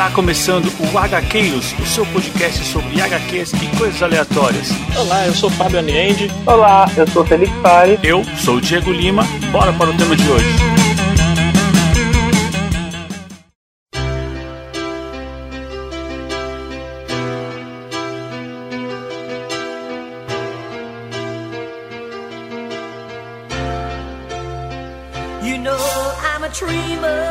Está começando o HQueiros, o seu podcast sobre HQs e coisas aleatórias. Olá, eu sou o Fábio Aniende. Olá, eu sou o Felipe Fares. Eu sou o Diego Lima. Bora para o tema de hoje. You know I'm a dreamer,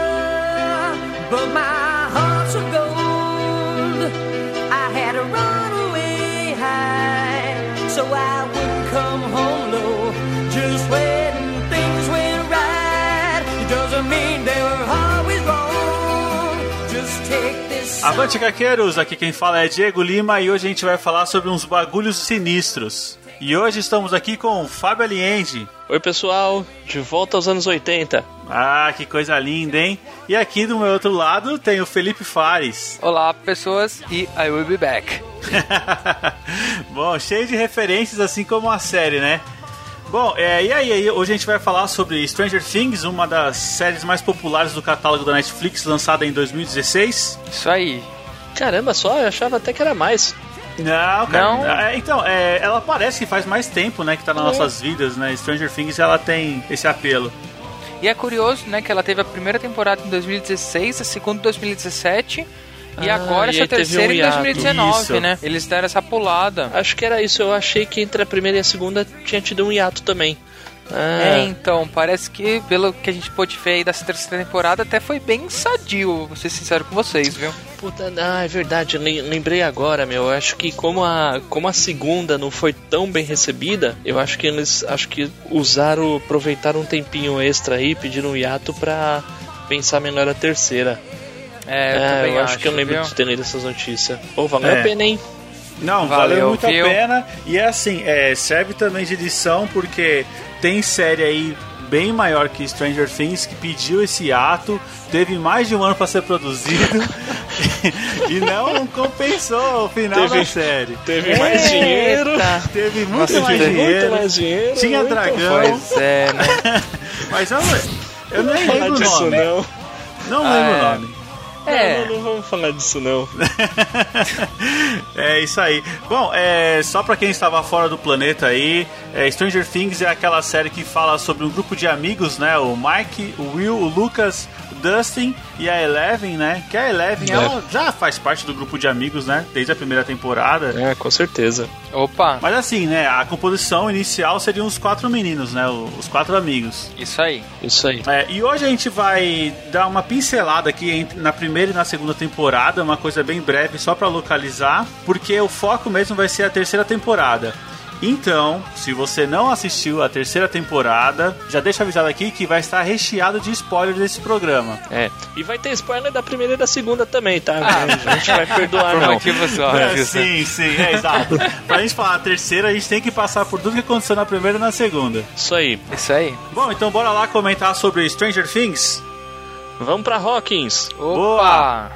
but my heart's of gold. I had to run away high, so I wouldn't come home low. Just when things went right, it doesn't mean they were always wrong. Just take this. Avante, HQueiros! Aqui quem fala é Diego Lima e hoje a gente vai falar sobre uns bagulhos sinistros. E hoje estamos aqui com o Fábio Aniende. Oi, pessoal, de volta aos anos 80. Ah, que coisa linda, hein? E aqui do meu outro lado tem o Felipe Fares. Olá, pessoas, e I will be back. Bom, cheio de referências, assim como a série, né? Bom, e aí, hoje a gente vai falar sobre Stranger Things, uma das séries mais populares do catálogo da Netflix, lançada em 2016. Isso aí. Caramba, só, eu achava até que era mais. Não, cara. Não. Então, ela parece que faz mais tempo, né, que tá nas nossas vidas, né? Stranger Things, ela tem esse apelo. E é curioso, né, que ela teve a primeira temporada em 2016, a segunda em 2017 e agora essa terceira em 2019, Isso. né? Eles deram essa pulada. Acho que era isso, eu achei que entre a primeira e a segunda tinha tido um hiato também. Então, parece que, pelo que a gente pôde ver aí dessa terceira temporada, até foi bem sadio, vou ser sincero com vocês, viu? Puta, é verdade, eu lembrei agora, meu. Eu acho que como a segunda não foi tão bem recebida, eu acho que eles aproveitaram um tempinho extra aí, pediram um hiato pra pensar melhor a terceira. Eu acho que eu lembro de ter lido essas notícias. Pô, valeu a pena, hein? Não, valeu muito a pena. E é assim, serve também de lição, porque tem série aí bem maior que Stranger Things que pediu esse ato, teve mais de um ano para ser produzido e não compensou o final da série. Teve mais dinheiro. Teve muito mais dinheiro. Tinha dragão. Pois é, né? Mas eu nem lembro o nome. Não lembro o nome. Não vamos falar disso não. É isso aí. Bom, só pra quem estava fora do planeta aí, Stranger Things é aquela série que fala sobre um grupo de amigos, né? O Mike, o Will, o Lucas, o Dustin e a Eleven, né? Que a Eleven, ela já faz parte do grupo de amigos, né? Desde a primeira temporada. Com certeza. Opa! Mas assim, né? A composição inicial seriam os 4 meninos, né? Os 4 amigos. Isso aí. E hoje a gente vai dar uma pincelada aqui na primeira e na segunda temporada, uma coisa bem breve, só pra localizar, porque o foco mesmo vai ser a terceira temporada. Então, se você não assistiu a terceira temporada, já deixa avisado aqui que vai estar recheado de spoilers desse programa. E vai ter spoiler da primeira e da segunda também, tá? A gente vai perdoar, por não. motivos óbvios. Sim, exato. Pra gente falar a terceira, a gente tem que passar por tudo que aconteceu na primeira e na segunda. Isso aí. Bom, então bora lá comentar sobre Stranger Things. Vamos pra Hawkins. Opa!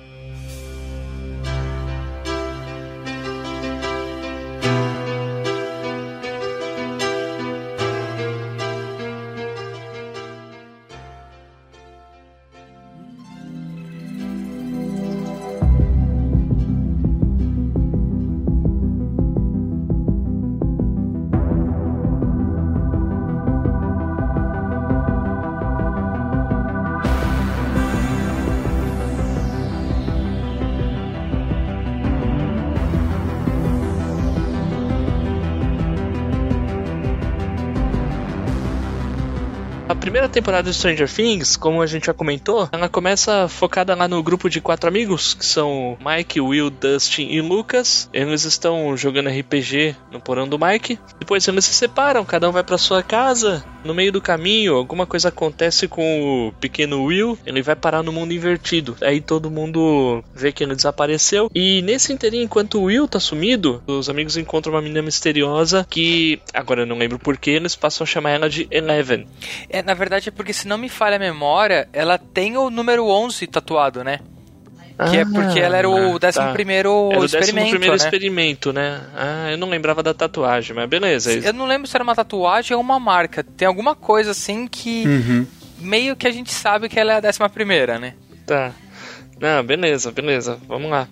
A primeira temporada de Stranger Things, como a gente já comentou, ela começa focada lá no grupo de 4 amigos, que são Mike, Will, Dustin e Lucas. Eles estão jogando RPG no porão do Mike. Depois eles se separam, cada um vai pra sua casa. No meio do caminho, alguma coisa acontece com o pequeno Will, ele vai parar no mundo invertido. Aí todo mundo vê que ele desapareceu. E nesse inteirinho, enquanto o Will tá sumido, os amigos encontram uma menina misteriosa que, agora eu não lembro porquê, eles passam a chamar ela de Eleven. Na verdade é porque, se não me falha a memória, ela tem o número 11 tatuado, né? Que é porque ela era o 11º experimento, né? Experimento, né? Eu não lembrava da tatuagem, mas beleza. Eu não lembro se era uma tatuagem ou uma marca. Tem alguma coisa assim que meio que a gente sabe que ela é a 11ª, né? Tá. Não, beleza. Vamos lá.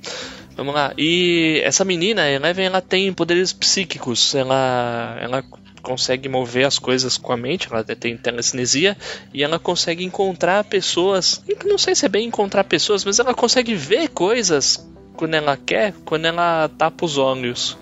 E essa menina, a Eleven, ela tem poderes psíquicos. Ela consegue mover as coisas com a mente, ela tem telecinesia e ela consegue encontrar pessoas. Não sei se é bem encontrar pessoas, mas ela consegue ver coisas quando ela quer, quando ela tapa os olhos.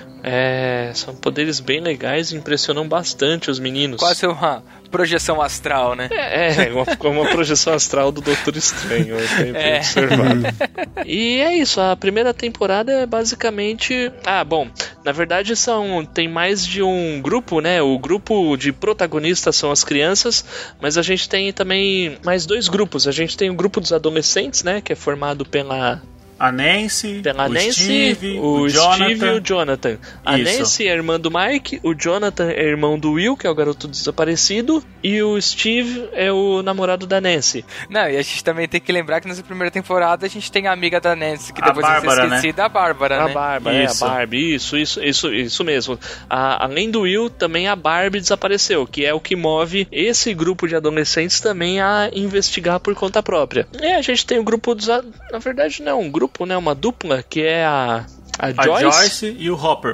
São poderes bem legais e impressionam bastante os meninos. Quase uma projeção astral, né? Uma projeção astral do Doutor Estranho. Observado. E é isso, a primeira temporada é basicamente... na verdade tem mais de um grupo, né? O grupo de protagonistas são as crianças, mas a gente tem também mais 2 grupos. A gente tem o grupo dos adolescentes, né? Que é formado pela... A Nancy, Steve, o Jonathan. A Nancy é irmã do Mike, o Jonathan é irmão do Will, que é o garoto desaparecido, e o Steve é o namorado da Nancy. Não, e a gente também tem que lembrar que nessa primeira temporada a gente tem a amiga da Nancy, que depois vai ser esquecida, a Bárbara, né? A Barbie, isso mesmo. Além do Will, também a Barbie desapareceu, que é o que move esse grupo de adolescentes também a investigar por conta própria. E a gente tem o grupo dos... Na verdade, não, um grupo, né, uma dupla, que é a Joyce e o Hopper.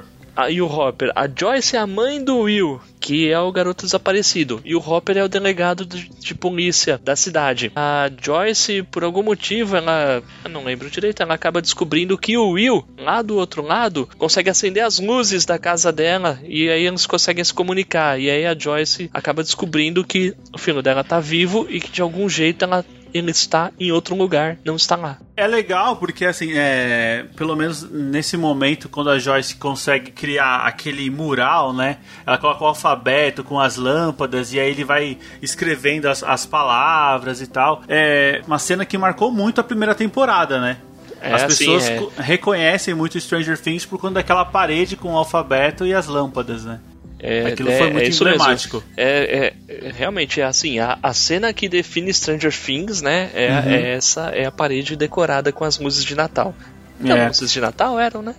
A Joyce é a mãe do Will, que é o garoto desaparecido, e o Hopper é o delegado de polícia da cidade. A Joyce, por algum motivo, eu não lembro direito, ela acaba descobrindo que o Will, lá do outro lado, consegue acender as luzes da casa dela, e aí eles conseguem se comunicar, e aí a Joyce acaba descobrindo que o filho dela tá vivo e que de algum jeito ele está em outro lugar, não está lá. É legal porque, assim, pelo menos nesse momento, quando a Joyce consegue criar aquele mural, né? Ela coloca o alfabeto com as lâmpadas e aí ele vai escrevendo as palavras e tal. É uma cena que marcou muito a primeira temporada, né? As pessoas reconhecem muito Stranger Things por conta daquela parede com o alfabeto e as lâmpadas, né? Aquilo foi muito emblemático. Realmente, assim, a cena que define Stranger Things, né, essa é a parede decorada com as luzes de Natal. Não, luzes de Natal eram, né?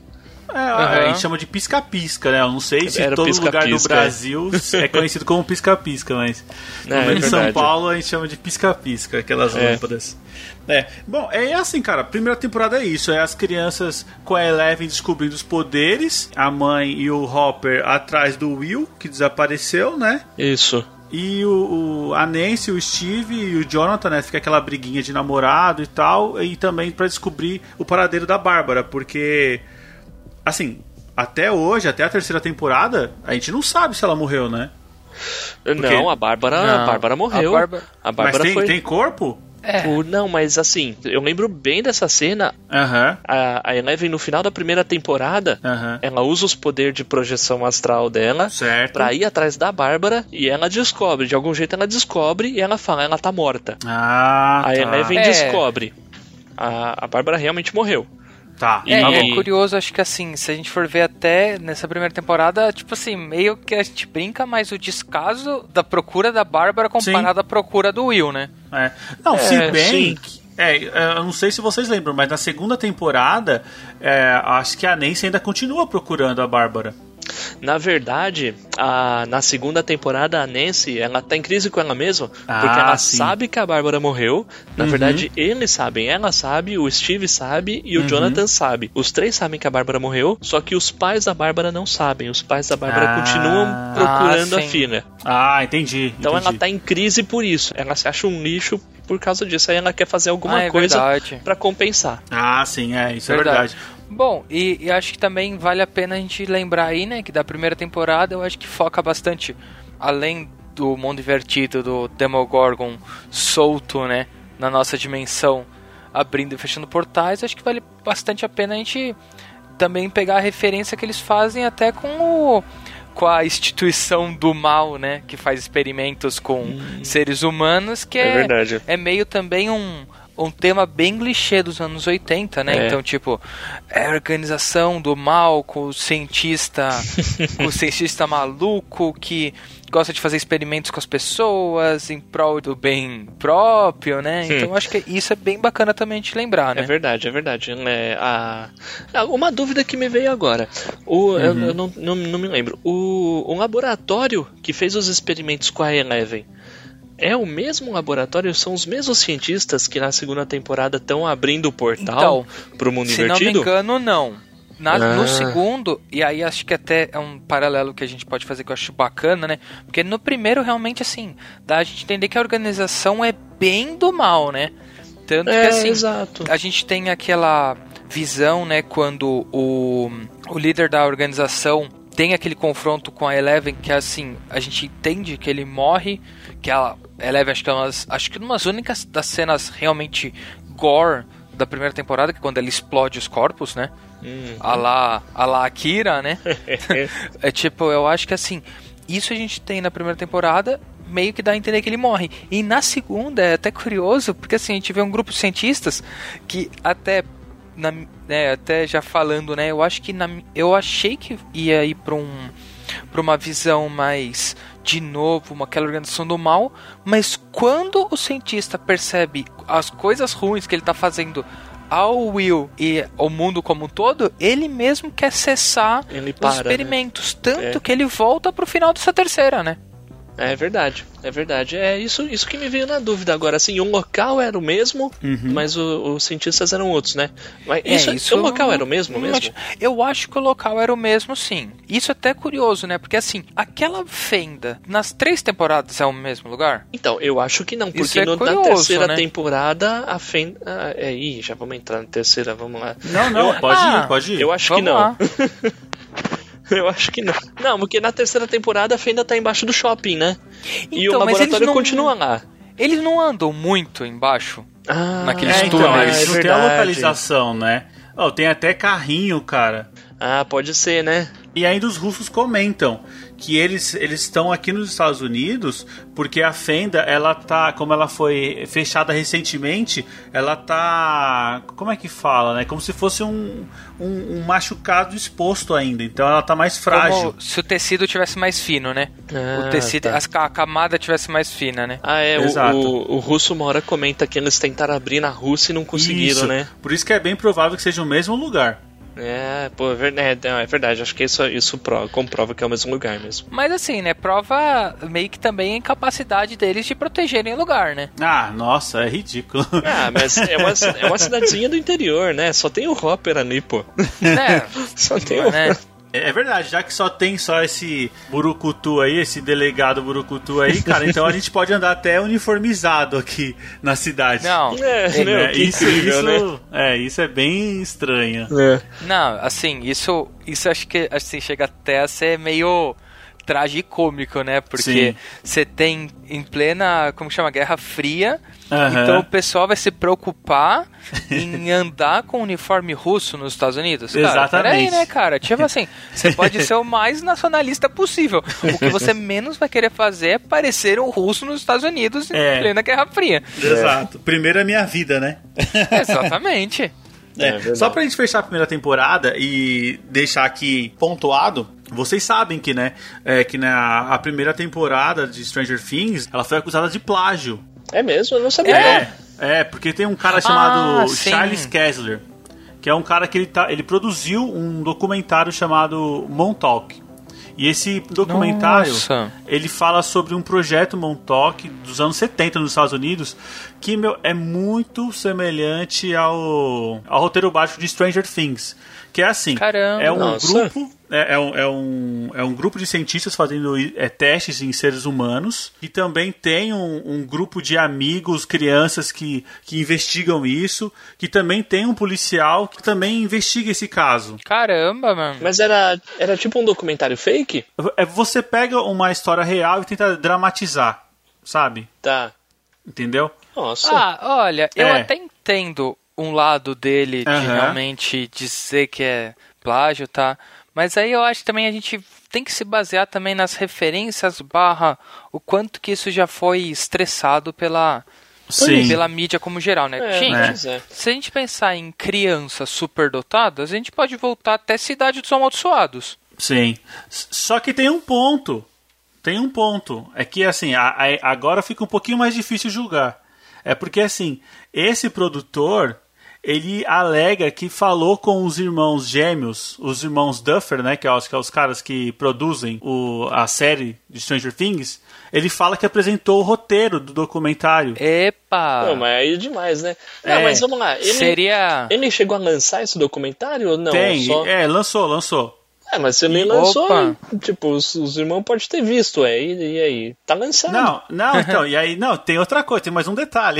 A gente chama de pisca-pisca, né? Eu não sei se todo lugar do Brasil é conhecido como pisca-pisca, mas em São Paulo a gente chama de pisca-pisca, aquelas lâmpadas. Bom, é assim, cara, a primeira temporada é isso, é as crianças com a Eleven descobrindo os poderes, a mãe e o Hopper atrás do Will, que desapareceu, né? Isso. E a Nancy, o Steve e o Jonathan, né? Fica aquela briguinha de namorado e tal, e também pra descobrir o paradeiro da Bárbara, porque, assim, até hoje, até a terceira temporada, a gente não sabe se ela morreu, né? Porque... Não, a Bárbara morreu. A Bárbara mas tem corpo? Não, mas assim, eu lembro bem dessa cena. A Eleven, no final da primeira temporada, ela usa os poderes de projeção astral dela pra ir atrás da Bárbara e ela descobre, de algum jeito ela descobre e ela fala, ela tá morta. A Eleven descobre. A Bárbara realmente morreu. Tá. É curioso, acho que assim, se a gente for ver até nessa primeira temporada, tipo assim, meio que a gente brinca, mas o descaso da procura da Bárbara comparado à procura do Will, né? Não, se bem... eu não sei se vocês lembram, mas na segunda temporada, acho que a Nancy ainda continua procurando a Bárbara. Na verdade, na segunda temporada, a Nancy, ela tá em crise com ela mesma, porque ela sabe que a Bárbara morreu. Na verdade, eles sabem, ela sabe, o Steve sabe e o Jonathan sabe. Os 3 sabem que a Bárbara morreu, só que os pais da Bárbara não sabem. Os pais da Bárbara continuam procurando a filha. Entendi. Então ela tá em crise por isso. Ela se acha um lixo por causa disso. Aí ela quer fazer alguma coisa pra compensar. Sim, isso é verdade. Bom, e acho que também vale a pena a gente lembrar aí, né, que da primeira temporada eu acho que foca bastante, além do mundo invertido, do Demogorgon solto, né, na nossa dimensão, abrindo e fechando portais, acho que vale bastante a pena a gente também pegar a referência que eles fazem até com a instituição do mal, né, que faz experimentos com seres humanos, que é meio também um tema bem clichê dos anos 80, né? Então, tipo, a organização do mal com o cientista maluco que gosta de fazer experimentos com as pessoas em prol do bem próprio, né? Então, acho que isso é bem bacana também de lembrar, né? É verdade. Uma dúvida que me veio agora. Eu não me lembro. O laboratório que fez os experimentos com a Eleven, É o mesmo laboratório, são os mesmos cientistas que na segunda temporada estão abrindo o portal Então, pro mundo se invertido? não me engano, não. No segundo, e aí acho que até é um paralelo que a gente pode fazer que eu acho bacana, né? Porque no primeiro, realmente, assim, dá a gente entender que a organização é bem do mal, né? Tanto que, assim, exato. a gente tem aquela visão, né? Quando o líder da organização tem aquele confronto com a Eleven, que, assim, a gente entende que ele morre, que a Eleven, acho que umas únicas das cenas realmente gore da primeira temporada, que é quando ela explode os corpos, né? A lá Akira, né? É tipo, eu acho que assim, isso a gente tem na primeira temporada, meio que dá a entender que ele morre. E na segunda é até curioso, porque assim, a gente vê um grupo de cientistas que até já falando, né? Eu achei que ia ir pra uma visão mais, de novo, aquela organização do mal, mas quando o cientista percebe as coisas ruins que ele tá fazendo ao Will e ao mundo como um todo, ele mesmo quer cessar os experimentos, né? Tanto que ele volta pro final dessa terceira, né? É verdade. É isso que me veio na dúvida agora. Assim, o local era o mesmo, mas os cientistas eram outros, né? Mas o local era o mesmo? Eu acho que o local era o mesmo, sim. Isso é até curioso, né? Porque assim, aquela fenda, nas 3 temporadas é o mesmo lugar? Então, eu acho que não, porque na terceira temporada a fenda... já vamos entrar na terceira, vamos lá. Não, pode ir. Eu acho que não. Eu acho que não. Não, porque na terceira temporada a Fenda tá embaixo do shopping, né? Então, e o laboratório continua lá. Eles não andam muito embaixo? Naqueles túneis. Então, eles não tem a localização, né? Tem até carrinho, cara. Pode ser, né? E ainda os russos comentam que eles estão aqui nos Estados Unidos porque a Fenda, ela tá, como ela foi fechada recentemente, ela tá, como é que fala, né? Como se fosse um machucado exposto ainda, então ela tá mais frágil. Como se o tecido tivesse mais fino, né? O tecido, a camada tivesse mais fina, né? Exato. O russo uma hora comenta que eles tentaram abrir na Rússia e não conseguiram, né? Por isso que é bem provável que seja o mesmo lugar. É verdade, acho que isso comprova que é o mesmo lugar mesmo. Mas assim, né, prova meio que também a incapacidade deles de protegerem o lugar, né? Nossa, é ridículo. Mas é uma cidadezinha do interior, né? Só tem o Hopper ali, pô. Só tem o né? É verdade, já que só tem esse burucutu aí, esse delegado burucutu aí, cara, então a gente pode andar até uniformizado aqui na cidade. Não, isso é bem estranho. Não, assim, isso acho que assim, chega até a ser meio tragicômico, né? Porque você tem em plena, como chama, Guerra Fria, então o pessoal vai se preocupar em andar com uniforme russo nos Estados Unidos? Cara, exatamente. Peraí, né, cara? Tipo assim, você pode ser o mais nacionalista possível. O que você menos vai querer fazer é parecer um russo nos Estados Unidos em plena Guerra Fria. Exato. Primeiro é minha vida, né? Exatamente. Só pra gente fechar a primeira temporada e deixar aqui pontuado, vocês sabem que, né, que a primeira temporada de Stranger Things, ela foi acusada de plágio. É mesmo? Eu não sabia. Porque tem um cara chamado Charles Kessler, que é um cara que ele produziu um documentário chamado Montauk. E esse documentário, ele fala sobre um projeto Montauk dos anos 70 nos Estados Unidos, que é muito semelhante ao roteiro básico de Stranger Things. Que é assim, é um grupo... É um grupo de cientistas fazendo testes em seres humanos, e também tem um grupo de amigos, crianças que investigam isso, que também tem um policial que também investiga esse caso. Caramba, mano. Mas era tipo um documentário fake? Você pega uma história real e tenta dramatizar, sabe? Tá. Entendeu? Nossa. Olha, eu até entendo um lado dele de realmente dizer que é plágio, tá? Mas aí eu acho que também a gente tem que se basear também nas referências / o quanto que isso já foi estressado pela mídia como geral, né? Se a gente pensar em crianças superdotadas, a gente pode voltar até Cidade dos Amaldiçoados. Sim. Só que tem um ponto. É que, assim, agora fica um pouquinho mais difícil julgar. É porque, assim, esse produtor... ele alega que falou com os irmãos gêmeos, os irmãos Duffer, né, que eu acho que é os caras que produzem a série de Stranger Things. Ele fala que apresentou o roteiro do documentário. Epa! Não, mas aí é demais, né? Não, mas vamos lá. Ele chegou a lançar esse documentário ou não? Tem, lançou. Mas você nem lançou, tipo, os irmãos podem ter visto, e aí? Tá lançado. Não, então, e aí, tem outra coisa, tem mais um detalhe.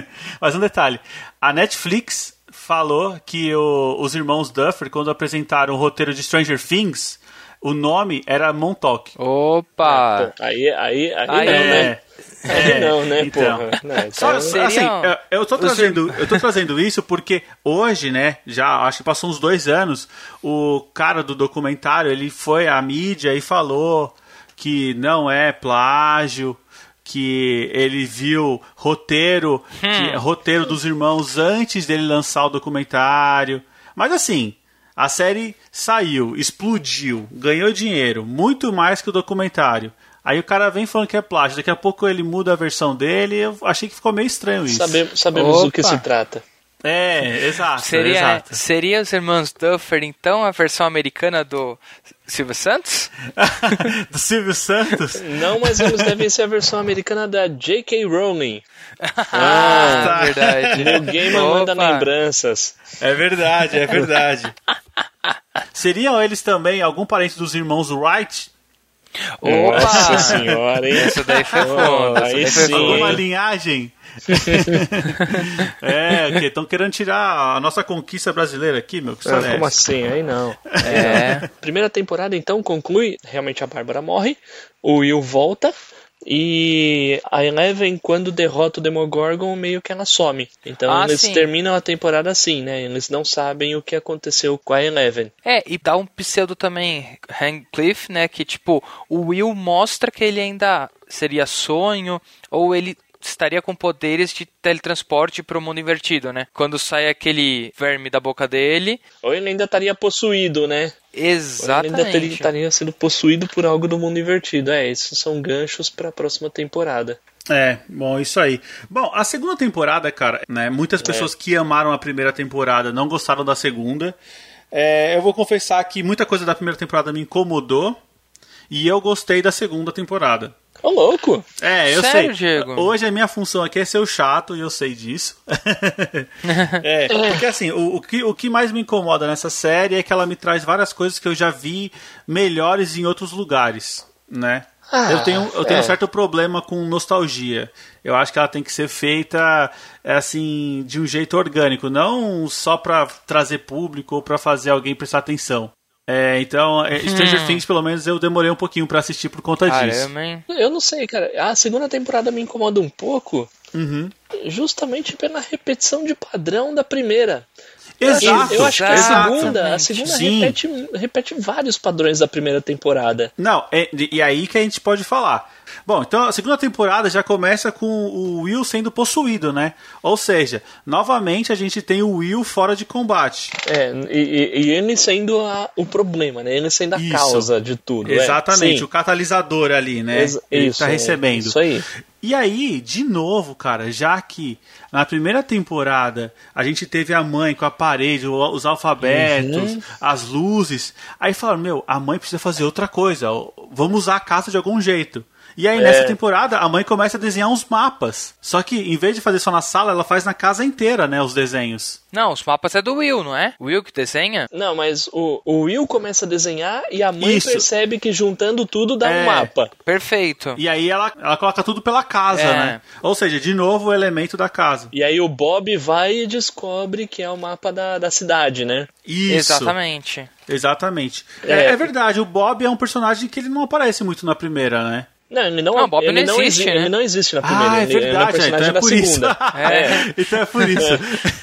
A Netflix falou que os irmãos Duffer, quando apresentaram o roteiro de Stranger Things, o nome era Montauk. Opa! Aí não, né? Aí não, né, então. porra? Não, Só, assim, eu tô trazendo isso porque hoje, né, já acho que passou uns 2 anos, o cara do documentário, ele foi à mídia e falou que não é plágio, que ele viu roteiro dos irmãos antes dele lançar o documentário. Mas assim, a série saiu, explodiu, ganhou dinheiro, muito mais que o documentário. Aí o cara vem falando que é plágio, daqui a pouco ele muda a versão dele, eu achei que ficou meio estranho isso. Sabemos do que se trata. Exato. Seria os irmãos Duffer, então, a versão americana do Silvio Santos? Do Silvio Santos? Não, mas eles devem ser a versão americana da J.K. Rowling. Tá. Verdade. O Gaiman manda lembranças. É verdade. Seriam eles também algum parente dos irmãos Wright? Nossa senhora, hein? Isso daí foi foda. Aí sim. Alguma linhagem? Que estão querendo tirar a nossa conquista brasileira aqui, meu. Como assim? Aí não. Primeira temporada, então, conclui. Realmente a Bárbara morre. O Will volta. E a Eleven, quando derrota o Demogorgon, meio que ela some. Então eles terminam a temporada assim, né? Eles não sabem o que aconteceu com a Eleven. E dá um pseudo também, Cliff, né? Que tipo, o Will mostra que ele ainda seria sonho, ou ele estaria com poderes de teletransporte para o mundo invertido, né? Quando sai aquele verme da boca dele. Ou ele ainda estaria possuído, né? Exatamente. Ou ele ainda estaria sendo possuído por algo do mundo invertido. Esses são ganchos para a próxima temporada. Bom, isso aí. Bom, a segunda temporada, cara, né? Muitas pessoas que amaram a primeira temporada não gostaram da segunda. Eu vou confessar que muita coisa da primeira temporada me incomodou. E eu gostei da segunda temporada. Ô, louco! Eu Sério, sei. Diego? Hoje a minha função aqui é ser o chato e eu sei disso. Porque assim, o que mais me incomoda nessa série é que ela me traz várias coisas que eu já vi melhores em outros lugares, né? Eu tenho um certo problema com nostalgia. Eu acho que ela tem que ser feita assim, de um jeito orgânico, não só pra trazer público ou pra fazer alguém prestar atenção. Então, Stranger Things, pelo menos, eu demorei um pouquinho pra assistir por conta disso. Eu não sei, cara. A segunda temporada me incomoda um pouco, justamente pela repetição de padrão da primeira. Exato. Eu acho que a segunda repete vários padrões da primeira temporada. Não, e aí que a gente pode falar. Bom, então a segunda temporada já começa com o Will sendo possuído, né? Ou seja, novamente a gente tem o Will fora de combate. E ele sendo o problema, né? Ele sendo a causa de tudo. Exatamente, o catalisador ali, né? Ele tá recebendo. Isso aí. E aí, de novo, cara, já que na primeira temporada a gente teve a mãe com a parede, os alfabetos, as luzes, aí falaram, a mãe precisa fazer outra coisa, vamos usar a casa de algum jeito. E aí, nessa temporada, a mãe começa a desenhar uns mapas. Só que, em vez de fazer só na sala, ela faz na casa inteira, né, os desenhos. Não, os mapas é do Will, não é? O Will que desenha? Não, mas o Will começa a desenhar e a mãe percebe que juntando tudo dá um mapa. Perfeito. E aí ela coloca tudo pela casa, né? Ou seja, de novo o elemento da casa. E aí o Bob vai e descobre que é o mapa da cidade, né? Isso. Exatamente. É verdade, o Bob é um personagem que ele não aparece muito na primeira, né? Não, ele não, Bob ele não existe, né? Ele não existe na primeira. É verdade, ele é um personagem então é por isso. Então é por isso.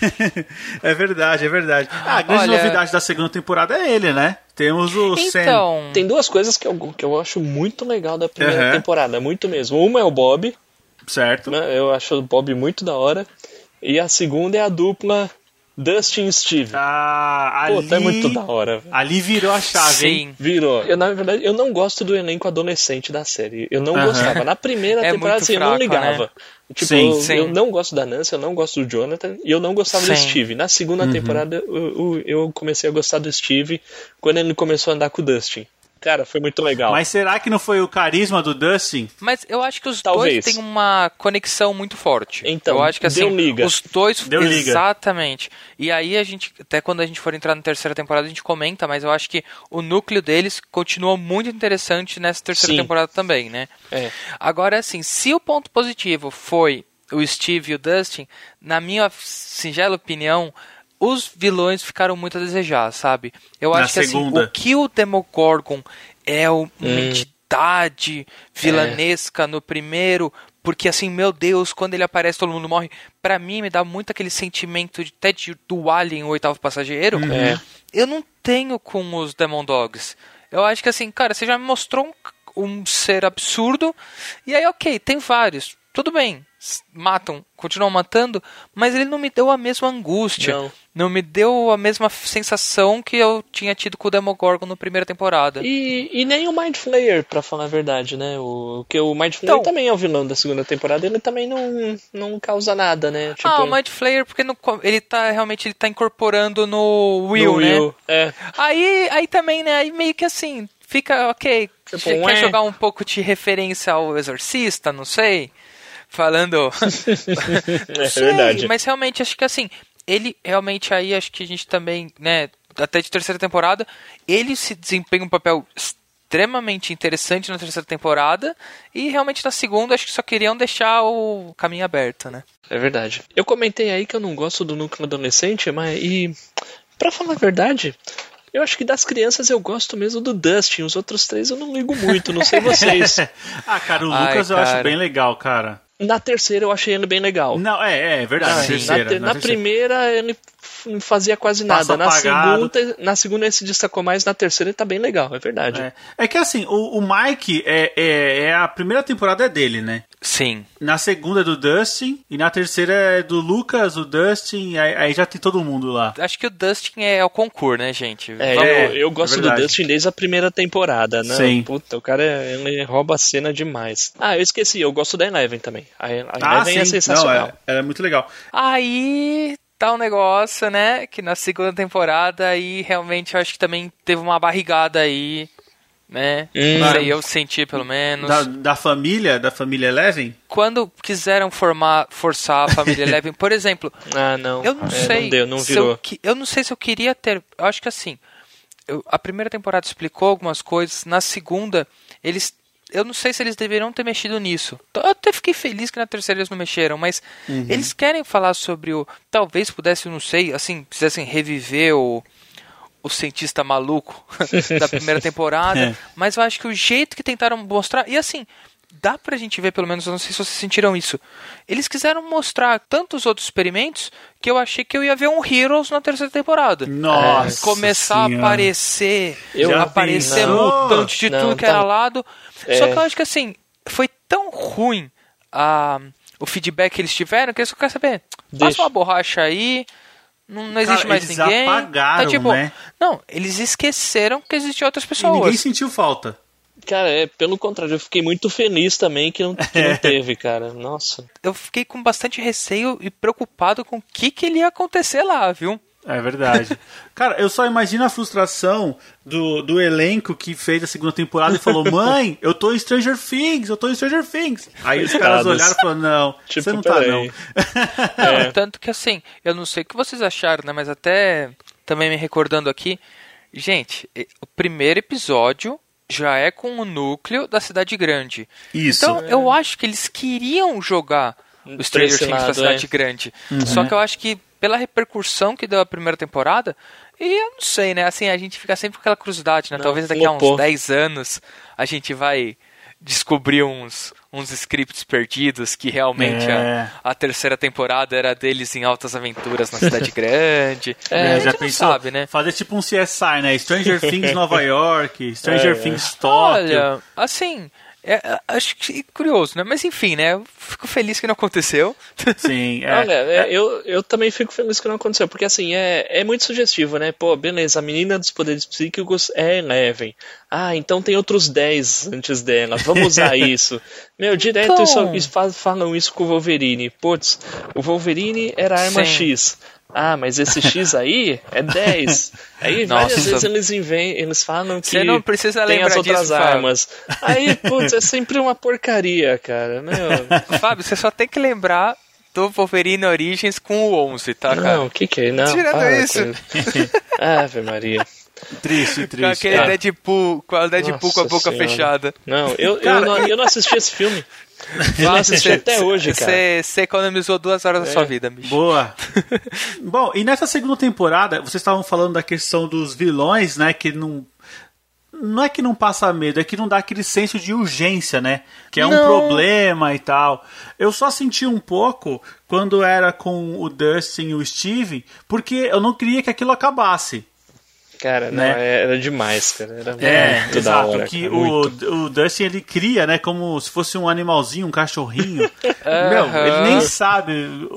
É verdade. A grande novidade da segunda temporada é ele, né? Temos o Sam. Tem duas coisas que eu acho muito legal da primeira temporada, muito mesmo. Uma é o Bob. Certo. Né? Eu acho o Bob muito da hora. E a segunda é a dupla Dustin e Steve. Ali... Pô, é muito da hora. Ali virou a chave, Sim. hein? Virou. Na verdade, eu não gosto do elenco adolescente da série. Eu não gostava. Na primeira É temporada, muito assim, eu não fraco, ligava. né? Tipo, Sim. eu não gosto da Nancy, eu não gosto do Jonathan, e eu não gostava do Sim. Steve. Na segunda temporada, eu comecei a gostar do Steve quando ele começou a andar com o Dustin. Cara, foi muito legal. Mas será que não foi o carisma do Dustin? Mas eu acho que os Talvez. dois têm uma conexão muito forte. Então, eu acho que assim, deu liga. os dois Deu liga. exatamente. E aí a gente, até quando a gente for entrar na terceira temporada, a gente comenta, mas eu acho que o núcleo deles continua muito interessante nessa terceira Sim. temporada também, né? É. Agora, assim, se o ponto positivo foi o Steve e o Dustin, na minha singela opinião, os vilões ficaram muito a desejar, sabe? Eu Na acho que segunda. assim, o que o Demogorgon é uma entidade vilanesca no primeiro, porque assim, meu Deus, quando ele aparece todo mundo morre, pra mim me dá muito aquele sentimento do Alien, o Oitavo Passageiro. Eu não tenho com os Demon Dogs. Eu acho que assim, cara, você já me mostrou um ser absurdo, e aí ok, tem vários, tudo bem, continuam matando, mas ele não me deu a mesma angústia, não me deu a mesma sensação que eu tinha tido com o Demogorgon na primeira temporada. E nem o Mind Flayer, pra falar a verdade, né? Porque o Mind Flayer também é o vilão da segunda temporada, ele também não causa nada, né? Tipo, o Mind Flayer, porque ele tá incorporando no Will, né? É. Aí também, né? Aí meio que assim, fica ok. Tipo, Quer jogar um pouco de referência ao Exorcista, não sei. Falando. É verdade. Mas realmente, acho que assim, ele realmente aí, acho que a gente também, né, até de terceira temporada, ele se desempenha um papel extremamente interessante na terceira temporada, e realmente na segunda, acho que só queriam deixar o caminho aberto, né? É verdade. Eu comentei aí que eu não gosto do núcleo adolescente, pra falar a verdade, eu acho que das crianças eu gosto mesmo do Dustin. Os outros três eu não ligo muito, não sei vocês. Cara, o Lucas eu acho bem legal, cara. Na terceira eu achei ele bem legal. Não, é verdade. Na primeira ele não fazia quase nada. Na segunda ele se destacou mais, na terceira ele tá bem legal, é verdade. É que assim, o Mike a primeira temporada é dele, né? Sim. Na segunda é do Dustin, e na terceira é do Lucas, o Dustin, aí já tem todo mundo lá. Acho que o Dustin é o concurso, né, gente? Eu gosto do Dustin desde a priira temporada, né? Sim. Puta, o cara ele rouba a cena demais. Eu esqueci, eu gosto da Eleven também. A Eleven é sensacional. Não, ela é muito legal. Aí tá um negócio, né, que na segunda temporada aí realmente eu acho que também teve uma barrigada aí, né? Não sei, eu senti pelo menos. Da família Eleven? Quando quiseram forçar a família Eleven, por exemplo. Não. Eu não sei. Não deu, não virou. Eu não sei se eu queria ter. Eu acho que assim. A primeira temporada explicou algumas coisas. Na segunda, eu não sei se eles deveriam ter mexido nisso. Eu até fiquei feliz que na terceira eles não mexeram, mas eles querem falar sobre talvez pudessem, não sei, assim, quisessem reviver o cientista maluco da primeira temporada, mas eu acho que o jeito que tentaram mostrar, e assim, dá pra gente ver, pelo menos, eu não sei se vocês sentiram isso, eles quiseram mostrar tantos outros experimentos que eu achei que eu ia ver um Heroes na terceira temporada. Nossa começar senhora. a aparecer pensou? mutante de tudo que era lado. Só que eu acho que assim, foi tão ruim o feedback que eles tiveram que eles só querem saber, passa uma borracha aí, não existe mais eles ninguém. Apagaram, tá, tipo, né? Não, eles esqueceram que existiam outras E pessoas. ninguém sentiu falta. Cara, pelo contrário, eu fiquei muito feliz também que não teve, cara. Nossa. Eu fiquei com bastante receio e preocupado com o que ele ia acontecer lá, viu? É verdade. Cara, eu só imagino a frustração do elenco que fez a segunda temporada e falou: mãe, eu tô em Stranger Things. Aí os caras olharam e falaram: não, tipo, você não tá não. Não, tanto que assim, eu não sei o que vocês acharam, né? Mas até também me recordando aqui, gente, o primeiro episódio já é com o núcleo da cidade grande. Isso. Então eu acho que eles queriam jogar o Stranger Things pra cidade grande. Só que eu acho que pela repercussão que deu a primeira temporada, e eu não sei, né? Assim, a gente fica sempre com aquela curiosidade, né? Talvez daqui a uns 10 anos a gente vai descobrir uns scripts perdidos que realmente a terceira temporada era deles em altas aventuras na cidade grande. Já pensou? Sabe, né? Fazer tipo um CSI, né? Stranger Things Nova York, Stranger Things Tóquio. Olha, assim, Acho que curioso, né? Mas enfim, né? Eu fico feliz que não aconteceu. Sim, Olha, eu também fico feliz que não aconteceu, porque assim, é muito sugestivo, né? Pô, beleza, a menina dos poderes psíquicos é Eleven. Ah, então tem outros 10 antes dela, vamos usar isso. Meu, direto falam isso com o Wolverine. Putz, o Wolverine era a arma X. Ah, mas esse X aí é 10. Aí várias vezes eles falam que você não precisa tem lembrar as outras disso, armas. Aí, putz, é sempre uma porcaria, cara. Meu. Fábio, você só tem que lembrar do Wolverine Origins com o 11, tá, cara? Não, o que é? Não, tirando isso. Ave Maria. Triste. Com aquele Deadpool, com o Deadpool com a boca fechada. Não, eu não assisti esse filme. Eu não assisti até hoje, cara. Você economizou 2 horas da sua vida, bicho. Boa. Bom, e nessa segunda temporada, vocês estavam falando da questão dos vilões, né? Que não é que não passa medo, é que não dá aquele senso de urgência, né? Que é um problema e tal. Eu só senti um pouco quando era com o Dustin e o Steve, porque eu não queria que aquilo acabasse. Cara, né? Não, era demais, cara. Era muito exato, da hora. Que cara, o Dustin, ele cria, né, como se fosse um animalzinho, um cachorrinho. Meu, ele nem sabe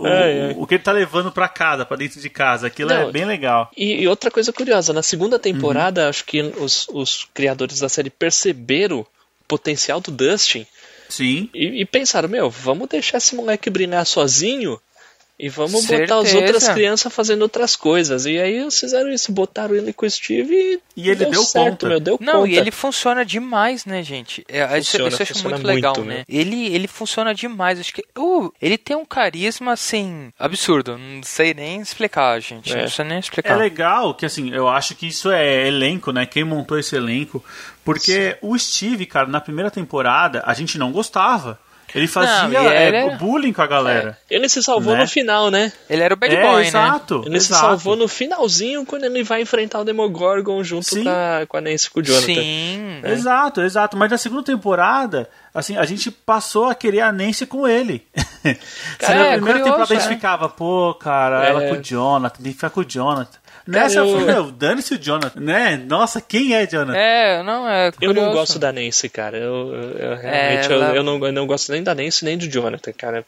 o que ele tá levando pra casa, pra dentro de casa. Aquilo é bem legal. E outra coisa curiosa, na segunda temporada, acho que os criadores da série perceberam o potencial do Dustin. Sim. E pensaram, vamos deixar esse moleque brilhar sozinho e vamos botar as outras crianças fazendo outras coisas. E aí eles fizeram isso, botaram ele com o Steve e ele deu certo, conta. Deu não, conta. E ele funciona demais, né, gente? Isso eu acho muito legal, né? Ele funciona demais. Acho que ele tem um carisma, assim, absurdo. Não sei nem explicar, gente. Não sei nem explicar. É legal que, assim, eu acho que isso é elenco, né? Quem montou esse elenco. Porque o Steve, cara, na primeira temporada, a gente não gostava. Ele fazia bullying com a galera. Ele se salvou no final, né? Ele era o bad boy, exato, né? Ele se salvou no finalzinho quando ele vai enfrentar o Demogorgon junto com a Nancy e com o Jonathan. Sim. Exato. Mas na segunda temporada, assim, a gente passou a querer a Nancy com ele. Cara, na primeira temporada a gente ficava, pô, cara, ela com o Jonathan, tem que ficar com o Jonathan. Nessa dane-se o Jonathan, né? Nossa, quem é Jonathan? É curioso. Eu não gosto da Nancy, cara. Eu realmente eu não gosto nem da Nancy nem do Jonathan, cara.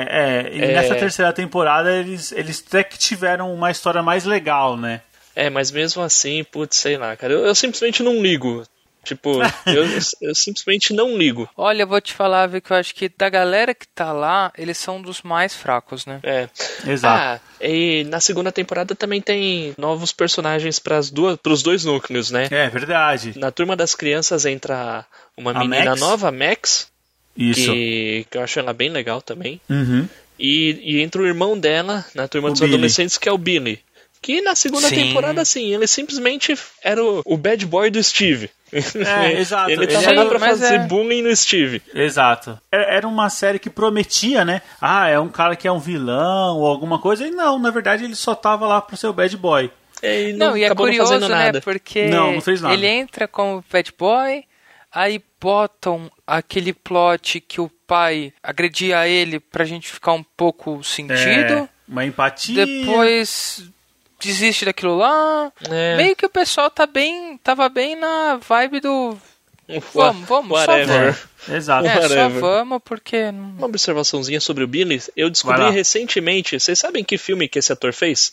E nessa terceira temporada eles até que tiveram uma história mais legal, né? Mas mesmo assim, putz, sei lá, cara. Eu simplesmente não ligo. Tipo, eu simplesmente não ligo. Olha, eu vou te falar, Vic, que eu acho que da galera que tá lá, eles são um dos mais fracos, né? Exato. E na segunda temporada também tem novos personagens pros 2 núcleos, né? É verdade. Na turma das crianças entra uma menina nova, a Max. Isso. Que eu acho ela bem legal também. Uhum. E entra o irmão dela na turma dos adolescentes, que é o Billy. Que na segunda temporada, assim, ele simplesmente era o bad boy do Steve. Exato. Ele tava lá pra fazer bullying no Steve. Exato. Era uma série que prometia, né? É um cara que é um vilão ou alguma coisa. E não, na verdade ele só tava lá pro seu bad boy. E é curioso, não nada. Né? Porque não fez nada. Ele entra como bad boy, aí botam aquele plot que o pai agredia ele pra gente ficar um pouco sentido. Uma empatia. Depois desiste daquilo lá. Meio que o pessoal tava bem na vibe do vamos, whatever. Só vamos. Exato. Só vamos porque... Uma observaçãozinha sobre o Billy. Eu descobri recentemente, vocês sabem que filme que esse ator fez?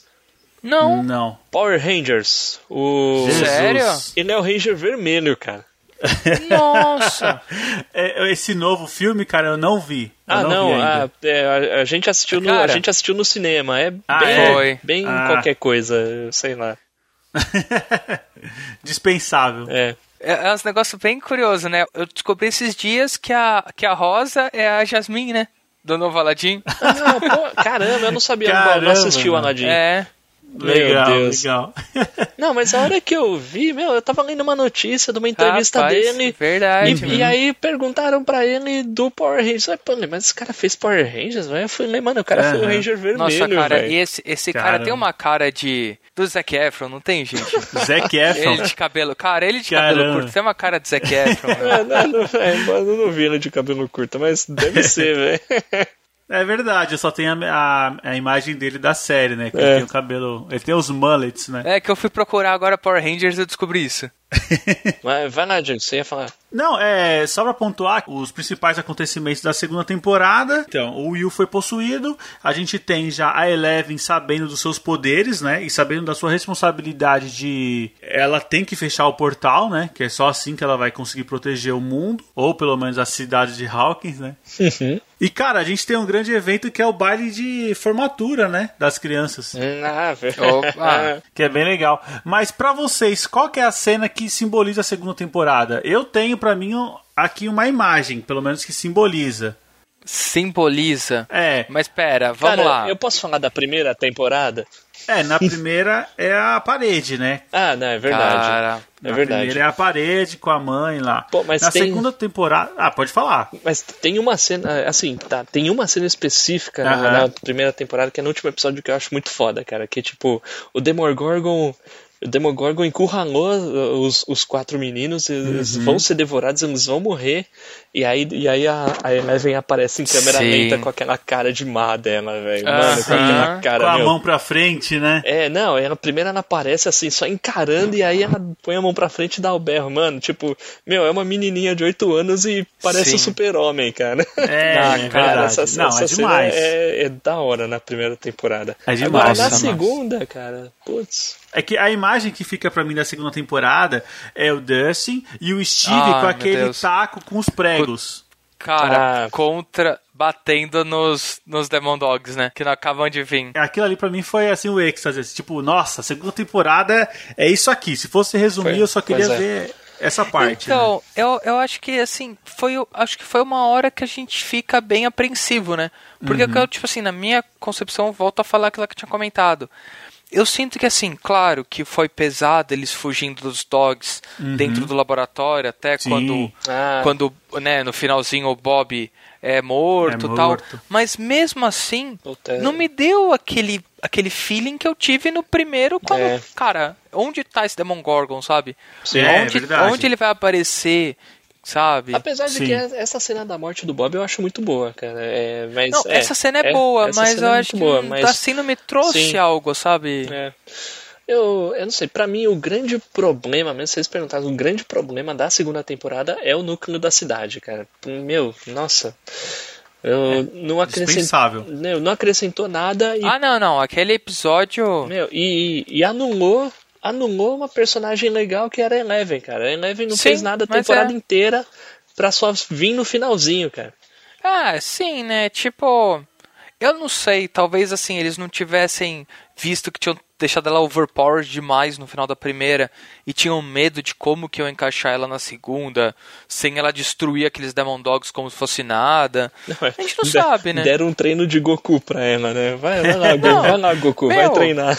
Não. Power Rangers. Sério? Ele é o Ranger vermelho, cara. Nossa! Esse novo filme, cara, eu não vi. A gente assistiu no cinema. Bem qualquer coisa, sei lá. Dispensável. É um negócio bem curioso, né? Eu descobri esses dias que a Rosa é a Jasmine, né? Do novo Aladdin. Caramba, eu não sabia. Não assisti o Aladdin. Legal. Não, mas a hora que eu vi, eu tava lendo uma notícia de uma entrevista dele. Verdade. E aí perguntaram pra ele do Power Rangers. Mas esse cara fez Power Rangers, velho? Eu falei, mano, o cara foi o Ranger vermelho. Nossa, cara, véio. e esse cara tem uma cara do Zac Efron, não tem, gente? Zac Efron? Ele de cabelo. Cara, ele de cabelo curto. Tem uma cara de Zac Efron. Eu não vi ele de cabelo curto, mas deve ser, velho. É verdade, eu só tenho a imagem dele da série, né? Que ele tem o cabelo. Ele tem os mullets, né? É que eu fui procurar agora Power Rangers e eu descobri isso. Vai lá, Diego, você ia falar. Não, só pra pontuar os principais acontecimentos da segunda temporada. Então, o Will foi possuído, a gente tem já a Eleven sabendo dos seus poderes, né, e sabendo da sua responsabilidade de... Ela tem que fechar o portal, né, que é só assim que ela vai conseguir proteger o mundo, ou pelo menos a cidade de Hawkins, né. E, cara, a gente tem um grande evento que é o baile de formatura, né, das crianças. Opa. Que é bem legal. Mas pra vocês, qual que é a cena que simboliza a segunda temporada? Eu tenho pra mim aqui uma imagem, pelo menos que simboliza. Simboliza? É. Mas pera, vamos Cara, lá. eu posso falar da primeira temporada? Na primeira é a parede, né? Ah, não, é verdade. Cara, É Na verdade. primeira é a parede com a mãe lá. Pô, mas Na tem- segunda temporada... Ah, pode falar. Mas tem uma cena, assim, tem uma cena específica na primeira temporada, que é no último episódio, que eu acho muito foda, cara. Que, tipo, o Demogorgon encurralou os 4 meninos, eles vão ser devorados, eles vão morrer, e aí a Eleven aparece em câmera Sim. lenta com aquela cara de má dela, velho. Mano, com aquela cara, Com a meu. mão pra frente, né? Não, primeiro ela aparece assim, só encarando, e aí ela põe a mão pra frente e dá o berro, mano. Tipo, é uma menininha de 8 anos e parece Sim. um super-homem, cara. É verdade. Essa Não, é cena demais. é da hora na primeira temporada. É Agora, demais. na Nossa, segunda, cara, putz. É que a imagem que fica pra mim da segunda temporada é o Dustin e o Steve Ai, com meu aquele Deus. taco com os pregos. Cara, batendo nos Demon Dogs, né? Que não acabam de vir. Aquilo ali pra mim foi assim o êxtase. Tipo, nossa, a segunda temporada é isso aqui. Se fosse resumir, eu só queria pois é. ver essa parte. Então, eu acho que assim, acho que foi uma hora que a gente fica bem apreensivo, né? Porque eu, tipo assim, na minha concepção, volto a falar aquilo que eu tinha comentado. Eu sinto que, assim, claro que foi pesado eles fugindo dos dogs dentro do laboratório, até Sim. quando, né, no finalzinho o Bob é morto e tal. morto. Mas mesmo assim, Puta. não me deu aquele feeling que eu tive no primeiro quando, cara, onde tá esse Demogorgon, sabe? Sim, é onde, verdade. onde ele vai aparecer, sabe? Apesar de Sim. que essa cena da morte do Bob eu acho muito boa, cara. Mas, Não, essa cena é boa, essa mas cena eu é acho que muito boa, mas- assim não me trouxe Sim. algo, sabe? Eu não sei, pra mim o grande problema, mesmo se vocês perguntarem, o grande problema da segunda temporada é o núcleo da cidade, cara. Nossa. Eu não dispensável. Eu não acrescentou nada e, Não, aquele episódio... e anulou uma personagem legal que era a Eleven, cara. A Eleven não Sim, fez nada a mas temporada inteira pra só vir no finalzinho, cara. Sim, né? Tipo, eu não sei, talvez assim, eles não tivessem visto que tinham deixado ela overpowered demais no final da primeira e tinham medo de como que iam encaixar ela na segunda, sem ela destruir aqueles Demon Dogs como se fosse nada. A gente não sabe, né? Deram um treino de Goku pra ela, né? Vai lá, Goku, vai meu. treinar.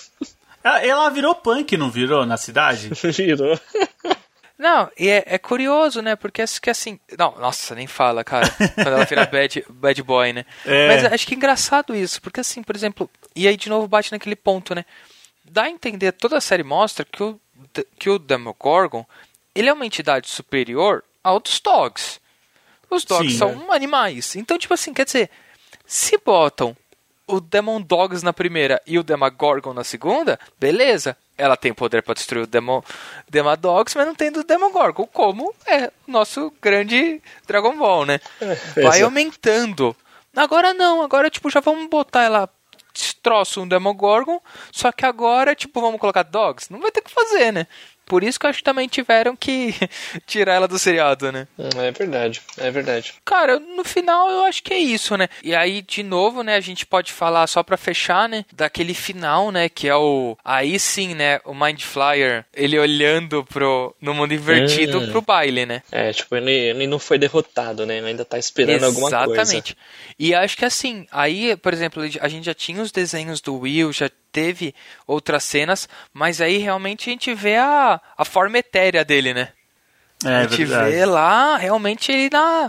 Ela virou punk, não virou, na cidade? Virou. Não, e é curioso, né? Porque assim... Não, nossa, nem fala, cara. Quando ela vira bad boy, né? Mas acho que é engraçado isso. Porque assim, por exemplo... E aí de novo bate naquele ponto, né? Dá a entender, toda a série mostra que o Demogorgon, ele é uma entidade superior a outros dogs. Os dogs Sim, são animais. Então, tipo assim, quer dizer... Se botam o Demon Dogs na primeira e o Demogorgon na segunda, beleza. Ela tem poder para destruir o Demodogs, mas não tem do Demogorgon, como é nosso grande Dragon Ball, né? Vai aumentando. Agora não, agora tipo, já vamos botar ela, destroça um Demogorgon, só que agora, tipo, vamos colocar Dogs? Não vai ter o que fazer, né? Por isso que eu acho que também tiveram que tirar ela do seriado, né? É verdade. Cara, no final eu acho que é isso, né? E aí, de novo, né, a gente pode falar, só pra fechar, né, daquele final, né, que é aí sim, né, o Mind Flyer, ele olhando no mundo invertido pro baile, né? Tipo, ele não foi derrotado, né? Ele ainda tá esperando alguma coisa. Exatamente. E acho que assim, aí, por exemplo, a gente já tinha os desenhos do Will, já teve outras cenas, mas aí realmente a gente vê a forma etérea dele, né? A gente vê lá, realmente, ele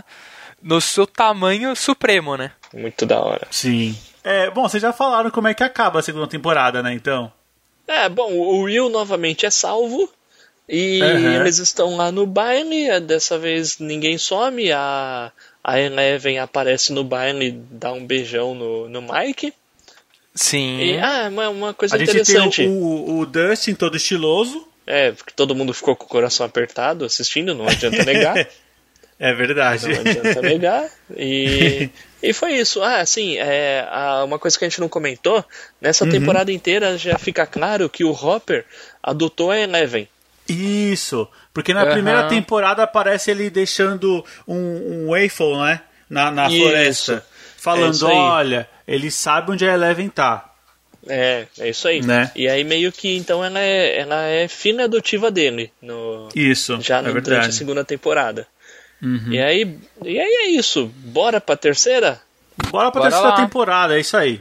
no seu tamanho supremo, né? Muito da hora. Sim. Bom, vocês já falaram como é que acaba a segunda temporada, né, então? Bom, o Will novamente é salvo e eles estão lá no baile, dessa vez ninguém some, a Eleven aparece no baile e dá um beijão no Mike. Sim. E, uma coisa A gente interessante. tem o Dustin todo estiloso, Porque todo mundo ficou com o coração apertado assistindo, não adianta negar. É verdade. Não adianta negar. E foi isso. Uma coisa que a gente não comentou, nessa temporada inteira já fica claro que o Hopper adotou a Eleven. Isso, porque na primeira temporada aparece ele deixando um waffle, né, na floresta, falando, olha, ele sabe onde a Eleven tá. É isso aí. Né? E aí meio que, então, ela é filha adotiva dele. Isso, já durante a segunda temporada. E aí é isso. Bora pra terceira? Bora pra terceira temporada, é isso aí.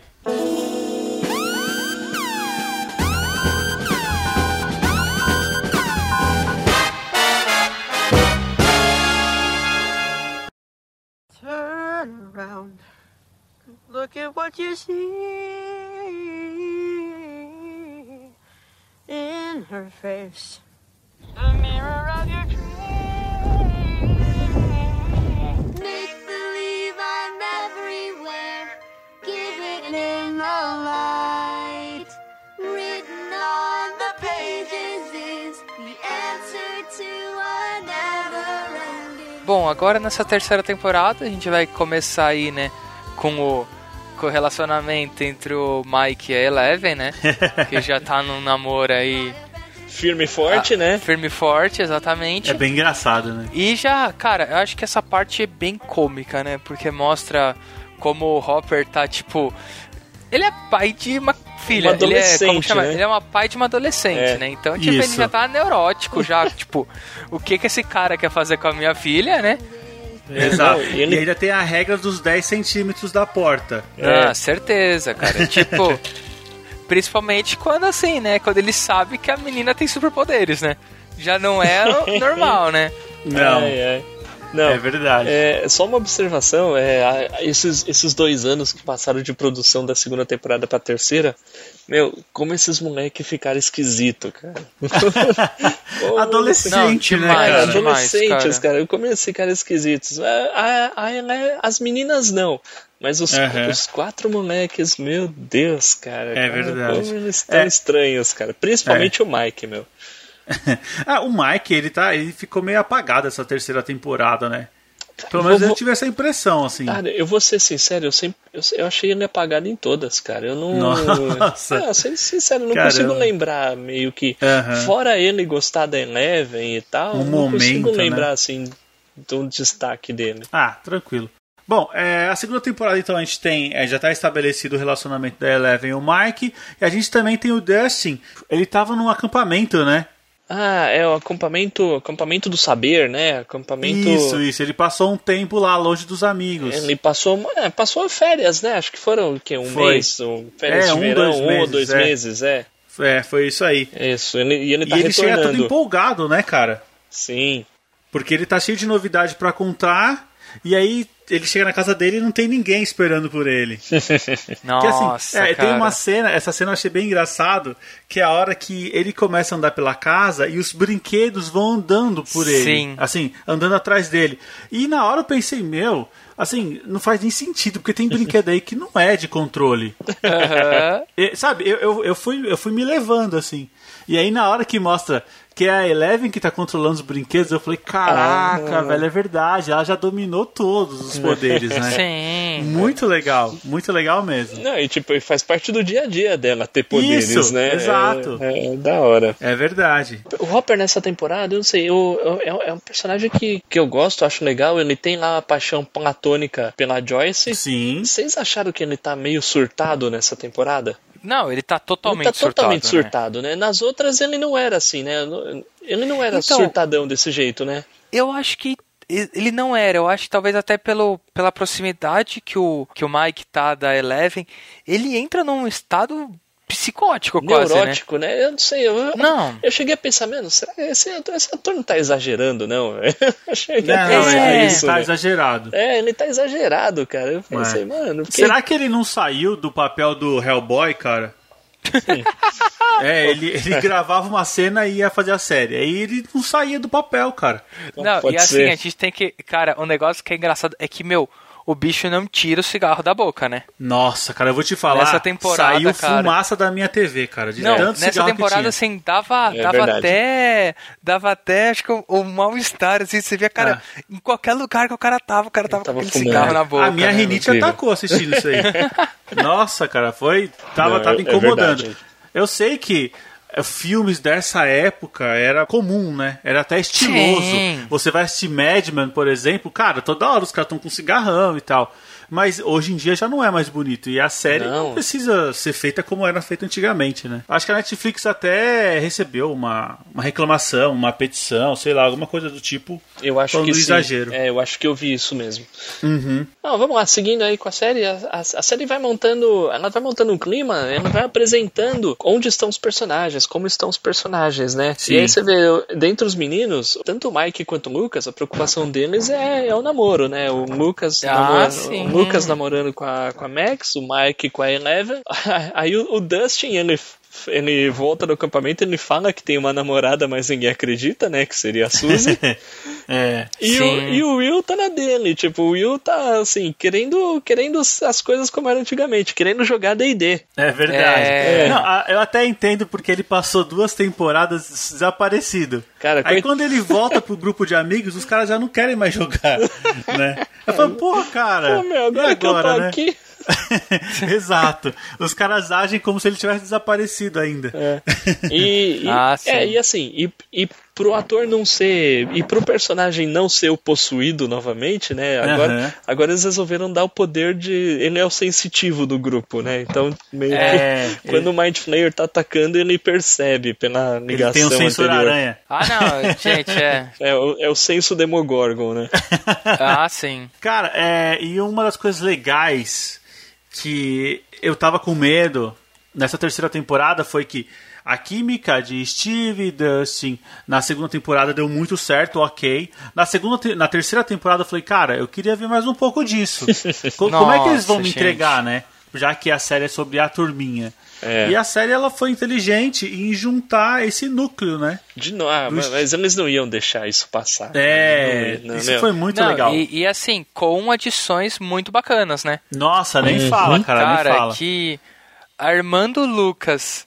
Turn around, look at what you see in her face, the mirror of your dreams. Make believe I'm everywhere, give it in the light. Written on the pages is the answer to a never-ending. Bom, agora nessa terceira temporada a gente vai começar aí, né, com o relacionamento entre o Mike e a Eleven, né? Que já tá num namoro aí... Firme e forte, né? Firme e forte, exatamente. É bem engraçado, né? E já, cara, eu acho que essa parte é bem cômica, né? Porque mostra como o Hopper tá, tipo... Ele é pai de uma filha. Uma adolescente, ele é, como chama? né? Ele é uma pai de uma adolescente, né? Então, tipo, ele já tá neurótico, já, tipo... O que esse cara quer fazer com a minha filha, né? Exato. E ainda tem a regra dos 10 centímetros da porta. Certeza, cara. Tipo... Principalmente quando assim, né? Quando ele sabe que a menina tem superpoderes, né? Já não é normal, né? Não. Não, é verdade. Só uma observação, esses 2 anos que passaram de produção da segunda temporada pra terceira, meu, como esses moleques ficaram esquisitos, cara. Adolescente, não, né, cara? Adolescentes, cara. Como eles ficaram esquisitos. As meninas não. Mas os 4 moleques, meu Deus, cara. É verdade. Como eles estão estranhos, cara. Principalmente o Mike, meu. O Mike, ele ficou meio apagado essa terceira temporada, né? Pelo menos eu tive essa impressão, assim. Cara, eu vou ser sincero, eu achei ele apagado em todas, cara. Eu não... Nossa. Sendo sincero, não consigo lembrar meio que... Fora ele gostar da Eleven e tal, não consigo lembrar, assim, de um destaque dele. Tranquilo. Bom, a segunda temporada, então, a gente tem... já tá estabelecido o relacionamento da Eleven e o Mike. E a gente também tem o Dustin. Ele tava num acampamento, né? É o acampamento do saber, né? Acampamento... Isso. Ele passou um tempo lá, longe dos amigos. Ele passou férias, né? Acho que foram, mês? Férias de verão, 1 ou 2 meses, foi isso aí. Isso, ele tá retornando. Ele chega todo empolgado, né, cara? Sim. Porque ele tá cheio de novidade pra contar... E aí ele chega na casa dele e não tem ninguém esperando por ele. Nossa, assim, tem uma cena, essa cena eu achei bem engraçado, que é a hora que ele começa a andar pela casa e os brinquedos vão andando por ele. Assim, andando atrás dele. E na hora eu pensei, assim, não faz nem sentido, porque tem brinquedo aí que não é de controle. Sabe, eu fui me levando, assim. E aí na hora que mostra que é a Eleven que tá controlando os brinquedos, eu falei, caraca, velho, é verdade, ela já dominou todos os poderes, né? Sim. Muito legal mesmo. Não, e tipo, faz parte do dia a dia dela ter poderes, isso, né? Exato. É da hora. É verdade. O Hopper nessa temporada, eu não sei, é um personagem que eu gosto, acho legal, ele tem lá a paixão platônica pela Joyce. Sim. Vocês acharam que ele tá meio surtado nessa temporada? Não, ele tá totalmente surtado, né? Nas outras ele não era assim, né? Ele não era surtadão desse jeito, né? Eu acho que ele não era. Eu acho que talvez até pela proximidade que o Mike tá da Eleven, ele entra num estado psicótico quase, neurótico, né? Eu não sei. Eu cheguei a pensar, será que esse ator não tá exagerando, não? Ele tá exagerado. Ele tá exagerado, cara. Eu pensei, mano... Será que ele não saiu do papel do Hellboy, cara? Sim. Ele gravava uma cena e ia fazer a série. Aí ele não saía do papel, cara. Não, e assim, a gente tem que... Cara, um negócio que é engraçado é que, o bicho não tira o cigarro da boca, né? Nossa, cara, eu vou te falar, Nessa temporada, saiu cara, fumaça da minha TV, cara, de não, tanto nessa cigarro temporada, que tinha. assim, dava até, acho que o mal-estar, assim, você via, cara, em qualquer lugar que o cara tava com aquele cigarro na boca. A minha rinite atacou assistindo isso aí. Nossa, cara, tava incomodando. Verdade. Eu sei que filmes dessa época era comum, né? Era até estiloso. Sim. Você vai assistir Mad Men, por exemplo, cara, toda hora os caras estão com cigarrão e tal. Mas hoje em dia já não é mais bonito. E a série não precisa ser feita como era feita antigamente, né? Acho que a Netflix até recebeu uma reclamação, uma petição, sei lá, alguma coisa do tipo. Eu acho que sim. Exagero. Eu acho que eu vi isso mesmo. Uhum. Não, vamos lá, seguindo aí com a série. A série vai montando um clima, ela vai apresentando onde estão os personagens, como estão os personagens, né? Sim. E aí você vê, dentre os meninos, tanto o Mike quanto o Lucas, a preocupação deles é o namoro, né? O Lucas Lucas namorando com a Max, o Mike com a Eleven. Aí o Dustin, ele volta do acampamento, ele fala que tem uma namorada, mas ninguém acredita, né? Que seria a Suzy. E o Will tá na dele. Tipo, o Will tá, assim, querendo as coisas como era antigamente, querendo jogar D&D. É verdade. Não, eu até entendo porque ele passou 2 temporadas desaparecido. Cara, aí quando ele volta pro grupo de amigos, os caras já não querem mais jogar, né? Eu falo, porra, cara. Pô, meu, agora que eu tô aqui. Exato. Os caras agem como se ele tivesse desaparecido ainda. E assim, pro ator não ser, e pro personagem não ser o possuído novamente, né? Agora eles resolveram dar o poder de, ele é o sensitivo do grupo, né? Então meio que quando o Mind Flayer tá atacando, ele percebe pela ligação ele tem um sensor anterior. aranha. Não, gente, é o senso Demogorgon, né? Sim. Cara, e uma das coisas legais que eu tava com medo nessa terceira temporada foi que a química de Steve e Dustin na segunda temporada deu muito certo, ok. Na terceira temporada eu falei, cara, eu queria ver mais um pouco disso. Como é que eles vão me entregar, né? Já que a série é sobre a turminha. E a série ela foi inteligente em juntar esse núcleo, né? Mas eles não iam deixar isso passar. Isso foi muito legal. E assim, com adições muito bacanas, né? Nossa, nem fala, cara, nem fala. Que Armando Lucas...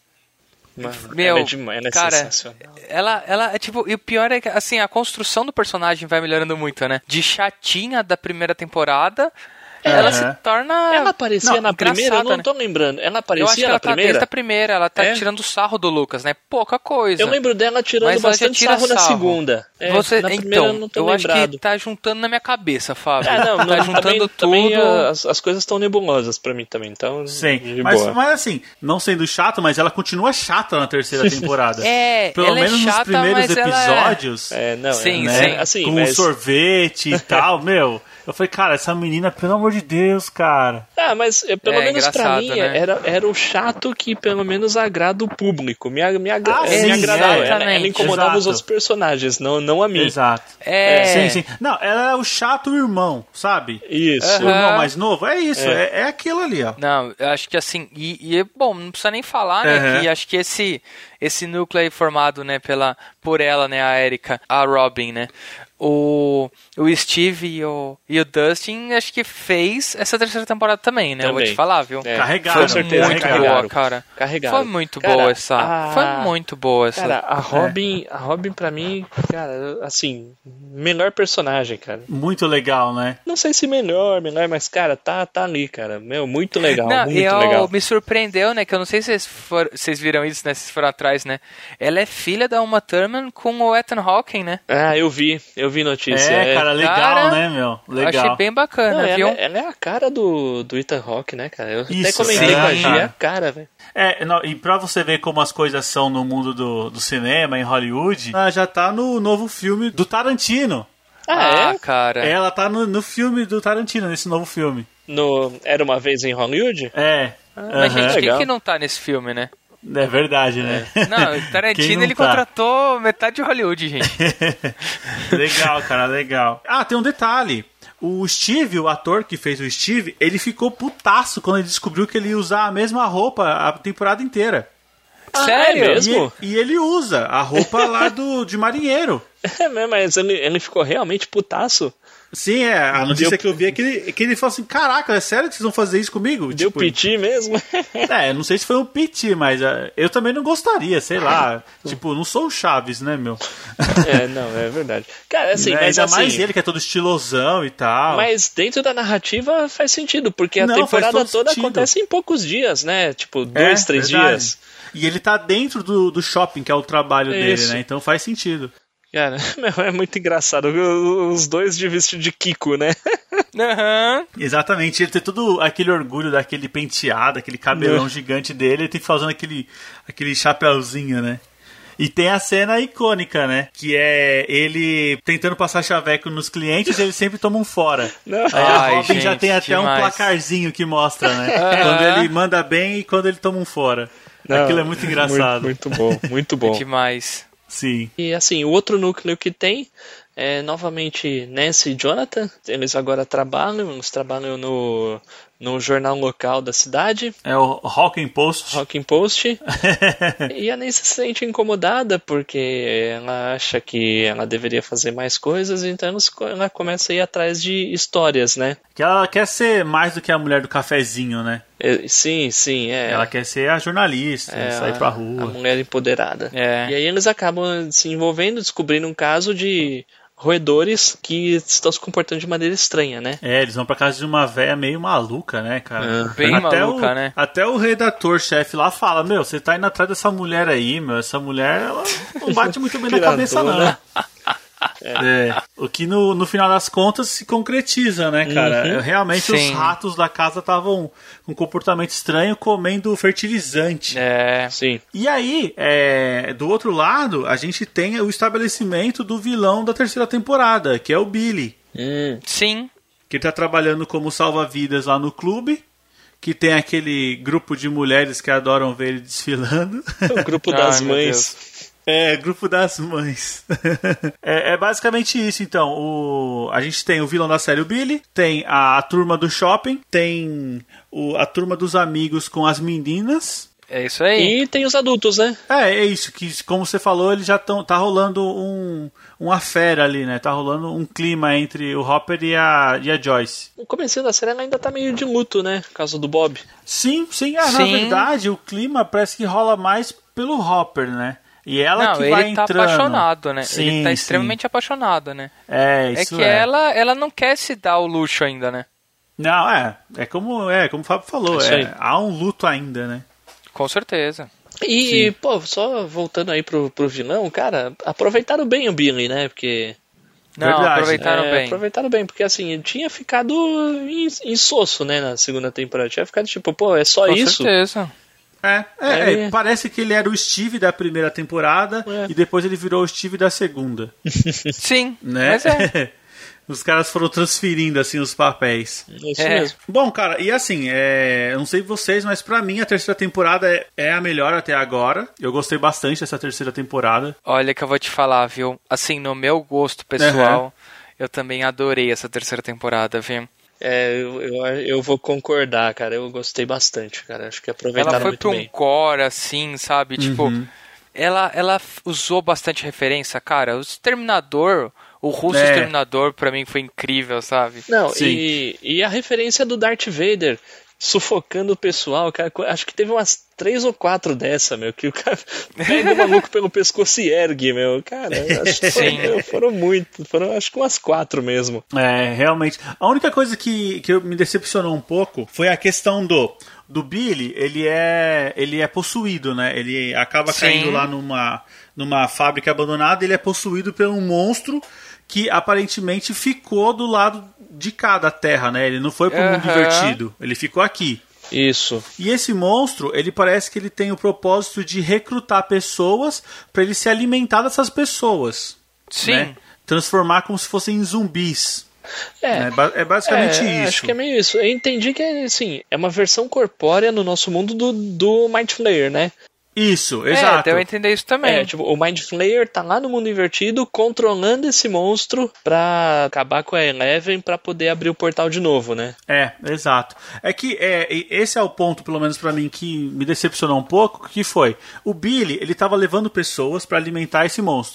Ela é cara, sensacional. Ela é tipo, e o pior é que assim, a construção do personagem vai melhorando muito, né? De chatinha da primeira temporada, ela se torna. Ela aparecia na primeira, eu não tô lembrando. Ela aparecia na primeira? Desde a primeira, ela tá tirando sarro do Lucas, né? Pouca coisa. Eu lembro dela tirando bastante sarro na segunda. Na primeira eu não tô lembrado. Acho que tá juntando na minha cabeça, Fábio. Tá juntando também tudo. As coisas estão nebulosas pra mim também, então. Sim, mas assim, não sendo chato, mas ela continua chata na terceira temporada. Pelo ela menos chata, nos primeiros episódios. Sim. Assim, com sorvete e tal, meu. Eu falei, cara, essa menina, pelo amor de Deus, cara. Mas pelo menos pra mim, né? era o chato que pelo menos agrada o público. Me agradava. Ela incomodava os outros personagens, não a mim. Exato. Sim. Não, ela é o chato irmão, sabe? Isso. O irmão mais novo, é isso, é aquilo ali, ó. Não, eu acho que assim, bom, não precisa nem falar, né, que acho que esse núcleo aí formado, né, por ela, né, a Erika, a Robin, né, o Steve e o Dustin, acho que fez essa terceira temporada também, né? Também. Eu vou te falar, viu? Carregaram. Com certeza, muito boa, cara. Carregaram. Foi muito boa essa. Foi muito boa essa. Cara, a Robin pra mim, cara, assim, melhor personagem, cara. Muito legal, né? Não sei se melhor, mas, cara, tá ali, cara. Meu, muito legal, não, muito legal. Me surpreendeu, né? Que eu não sei se vocês viram isso, né? Vocês foram atrás, né? Ela é filha da Uma Thurman com o Ethan Hawke, né? Eu vi notícia. Cara, legal, né, meu? Legal. Achei bem bacana, viu? Ela é a cara do Ethan Hawke, né, cara? Eu até Isso, comentei com a Gia, é a cara, velho. E pra você ver como as coisas são no mundo do cinema, em Hollywood, ela já tá no novo filme do Tarantino. Cara. Ela tá no filme do Tarantino, nesse novo filme. Era Uma Vez em Hollywood? Mas, gente, quem que não tá nesse filme, né? É verdade, né? Não, o Tarantino, ele contratou metade de Hollywood, gente. Legal, cara, legal. Tem um detalhe. O Steve, o ator que fez o Steve, ele ficou putaço quando ele descobriu que ele ia usar a mesma roupa a temporada inteira. Sério? É mesmo? E ele usa a roupa lá de marinheiro. Mas ele ficou realmente putaço? Sim, a notícia que eu vi é que ele falou assim, caraca, é sério que vocês vão fazer isso comigo? Deu tipo, piti mesmo? eu não sei se foi um piti, mas eu também não gostaria, sei lá. Tipo, não sou o Chaves, né, meu? Não, é verdade. Cara, assim, Né? mas Ainda assim... mais ele, que é todo estilosão e tal. Mas dentro da narrativa faz sentido, porque a Não, temporada faz todo toda sentido. acontece em poucos dias, né? Tipo, 2, 3 verdade. dias. E ele tá dentro do shopping, que é o trabalho dele, Isso. né? Então faz sentido. Cara, é muito engraçado. Os dois de vestido de Kiko, né? Aham. Exatamente, ele tem todo aquele orgulho daquele penteado, aquele cabelão gigante dele, ele tem que fazer aquele chapéuzinho, né? E tem a cena icônica, né? Que é ele tentando passar chaveco nos clientes e eles sempre tomam fora. Não. Aí a Ai, Robin já gente, tem até demais. um placarzinho que mostra, né? Quando ele manda bem e quando ele toma um fora. Não, Aquilo é muito engraçado. Muito bom, muito bom. Demais. Sim. E assim, o outro núcleo que tem é novamente Nancy e Jonathan. Eles agora trabalham no jornal local da cidade, É o Hawking Post. Rocking Post. E a Nancy se sente incomodada porque ela acha que ela deveria fazer mais coisas, então ela começa a ir atrás de histórias, né? Que ela quer ser mais do que a mulher do cafezinho, né? Sim, é. Ela quer ser a jornalista, sair pra rua. A mulher empoderada. É. E aí eles acabam se envolvendo, descobrindo um caso de roedores que estão se comportando de maneira estranha, né? Eles vão pra casa de uma véia meio maluca, né, cara? Bem maluca, né? Até o redator-chefe lá fala, meu, você tá indo atrás dessa mulher aí, meu, essa mulher, ela não bate muito bem na cabeça, não. O que no final das contas se concretiza, né, cara? Realmente Sim. os ratos da casa estavam com um comportamento estranho comendo fertilizante. É. Sim. E aí, do outro lado, a gente tem o estabelecimento do vilão da terceira temporada, que é o Billy. Sim. Que tá trabalhando como salva-vidas lá no clube. Que tem aquele grupo de mulheres que adoram ver ele desfilando. O grupo das Ai, meu mães. Grupo das mães. É basicamente isso, então. A gente tem o vilão da série, o Billy. Tem a turma do shopping. Tem a turma dos amigos com as meninas. É isso aí. E tem os adultos, né? É isso, que como você falou, eles já tá rolando uma fera ali, né? Tá rolando um clima entre o Hopper e a Joyce. O comecinho da série ela ainda tá meio de luto, né? Por causa do Bob. Sim. Na Sim. verdade, o clima parece que rola mais pelo Hopper, né? E ela que vai ele tá entrando. apaixonado, né? Sim, ele tá sim. extremamente apaixonado, né? Isso é que ela não quer se dar o luxo ainda, né? Não, como o Fábio falou, Isso aí. há um luto ainda, né? Com certeza. E, pô, só voltando aí pro vilão, cara, aproveitaram bem o Billy, né? Porque... Não, Verdade. aproveitaram bem. Porque assim, ele tinha ficado insosso, né, na segunda temporada. Tinha ficado tipo, pô, é só Com isso? certeza. Parece que ele era o Steve da primeira temporada e depois ele virou o Steve da segunda. Sim, Né? mas é. Os caras foram transferindo assim os papéis. É isso mesmo. Bom, cara, e assim, eu não sei vocês, mas pra mim a terceira temporada é a melhor até agora. Eu gostei bastante dessa terceira temporada. Olha que eu vou te falar, viu? Assim, no meu gosto pessoal, eu também adorei essa terceira temporada, viu? Eu vou concordar, cara. Eu gostei bastante, cara. Acho que aproveitaram Ela foi muito pra um bem. core, assim, sabe? Tipo, ela usou bastante referência, cara. O Exterminador, o Russo Exterminador, pra mim foi incrível, sabe? Não, Sim. e a referência do Darth Vader sufocando o pessoal, cara. Acho que teve umas 3 ou 4 dessa, meu, que o cara pega o maluco pelo pescoço e ergue, meu. Cara, acho que foram acho que umas 4 mesmo. Realmente. A única coisa que me decepcionou um pouco foi a questão do Billy, ele é possuído, né? Ele acaba caindo lá numa fábrica abandonada, ele é possuído por um monstro que aparentemente ficou do lado de cá da Terra, né? Ele não foi pro mundo invertido, ele ficou aqui. Isso. E esse monstro, ele parece que ele tem o propósito de recrutar pessoas para ele se alimentar dessas pessoas. Sim. Né? Transformar como se fossem zumbis. É basicamente isso. Acho que é meio isso. Eu entendi que assim, é uma versão corpórea no nosso mundo do Mind Flayer, né? Isso, exato. Deu a entender isso também. Tipo, o Mind Flayer tá lá no mundo invertido controlando esse monstro pra acabar com a Eleven pra poder abrir o portal de novo, né? Exato. É que esse é o ponto, pelo menos pra mim, que me decepcionou um pouco, que foi, o Billy, ele tava levando pessoas pra alimentar esse monstro.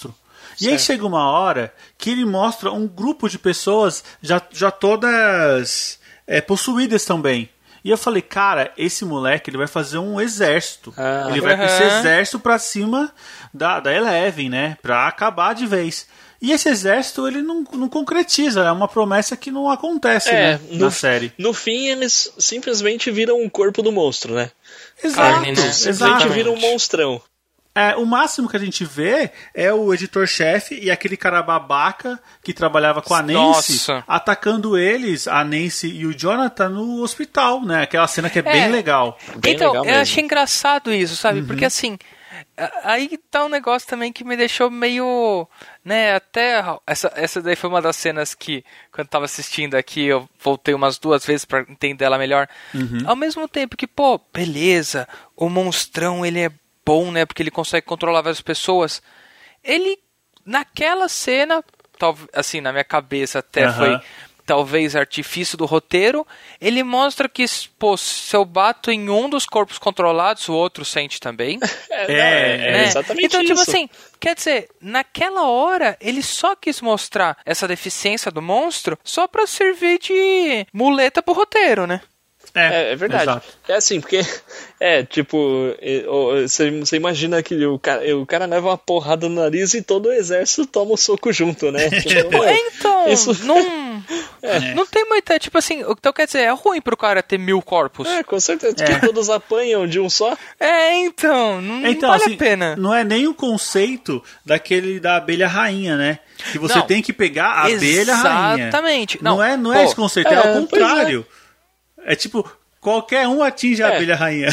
E aí chega uma hora que ele mostra um grupo de pessoas já todas possuídas também. E eu falei, cara, esse moleque ele vai fazer um exército. Ele vai com esse exército pra cima da Eleven, né? Pra acabar de vez. E esse exército ele não concretiza, é uma promessa que não acontece, né, na série. No fim, eles simplesmente viram um corpo do monstro, né? Exato, Carne, né? Simplesmente viram um monstrão. O máximo que a gente vê é o editor-chefe e aquele cara babaca que trabalhava com a Nancy, atacando eles, a Nancy e o Jonathan, no hospital, né? Aquela cena que é bem legal. Bem então, legal eu mesmo. achei engraçado isso, sabe? Porque assim, aí tá um negócio também que me deixou meio, né, até essa daí foi uma das cenas que quando tava assistindo aqui eu voltei umas 2 vezes pra entender ela melhor. Ao mesmo tempo que, pô, beleza, o monstrão ele é bom, né, porque ele consegue controlar várias pessoas. Ele, naquela cena, assim, na minha cabeça até foi talvez artifício do roteiro, ele mostra que, pô, se eu bato em um dos corpos controlados, o outro sente também. É exatamente então, isso. tipo assim, quer dizer, naquela hora, ele só quis mostrar essa deficiência do monstro só pra servir de muleta pro roteiro, né? É verdade. Exato. É assim, porque você imagina que o cara leva uma porrada no nariz e todo o exército toma um soco junto, né? Então, isso... não tem muita, tipo assim, então quer dizer, é ruim pro cara ter 1000 corpos. Com certeza, que todos apanham de um só. Então, não vale assim, a pena. Não é nem o conceito daquele da abelha rainha, né? Que você tem que pegar a abelha rainha. Exatamente. Não é esse conceito, é ao contrário. É tipo, qualquer um atinge a abelha rainha.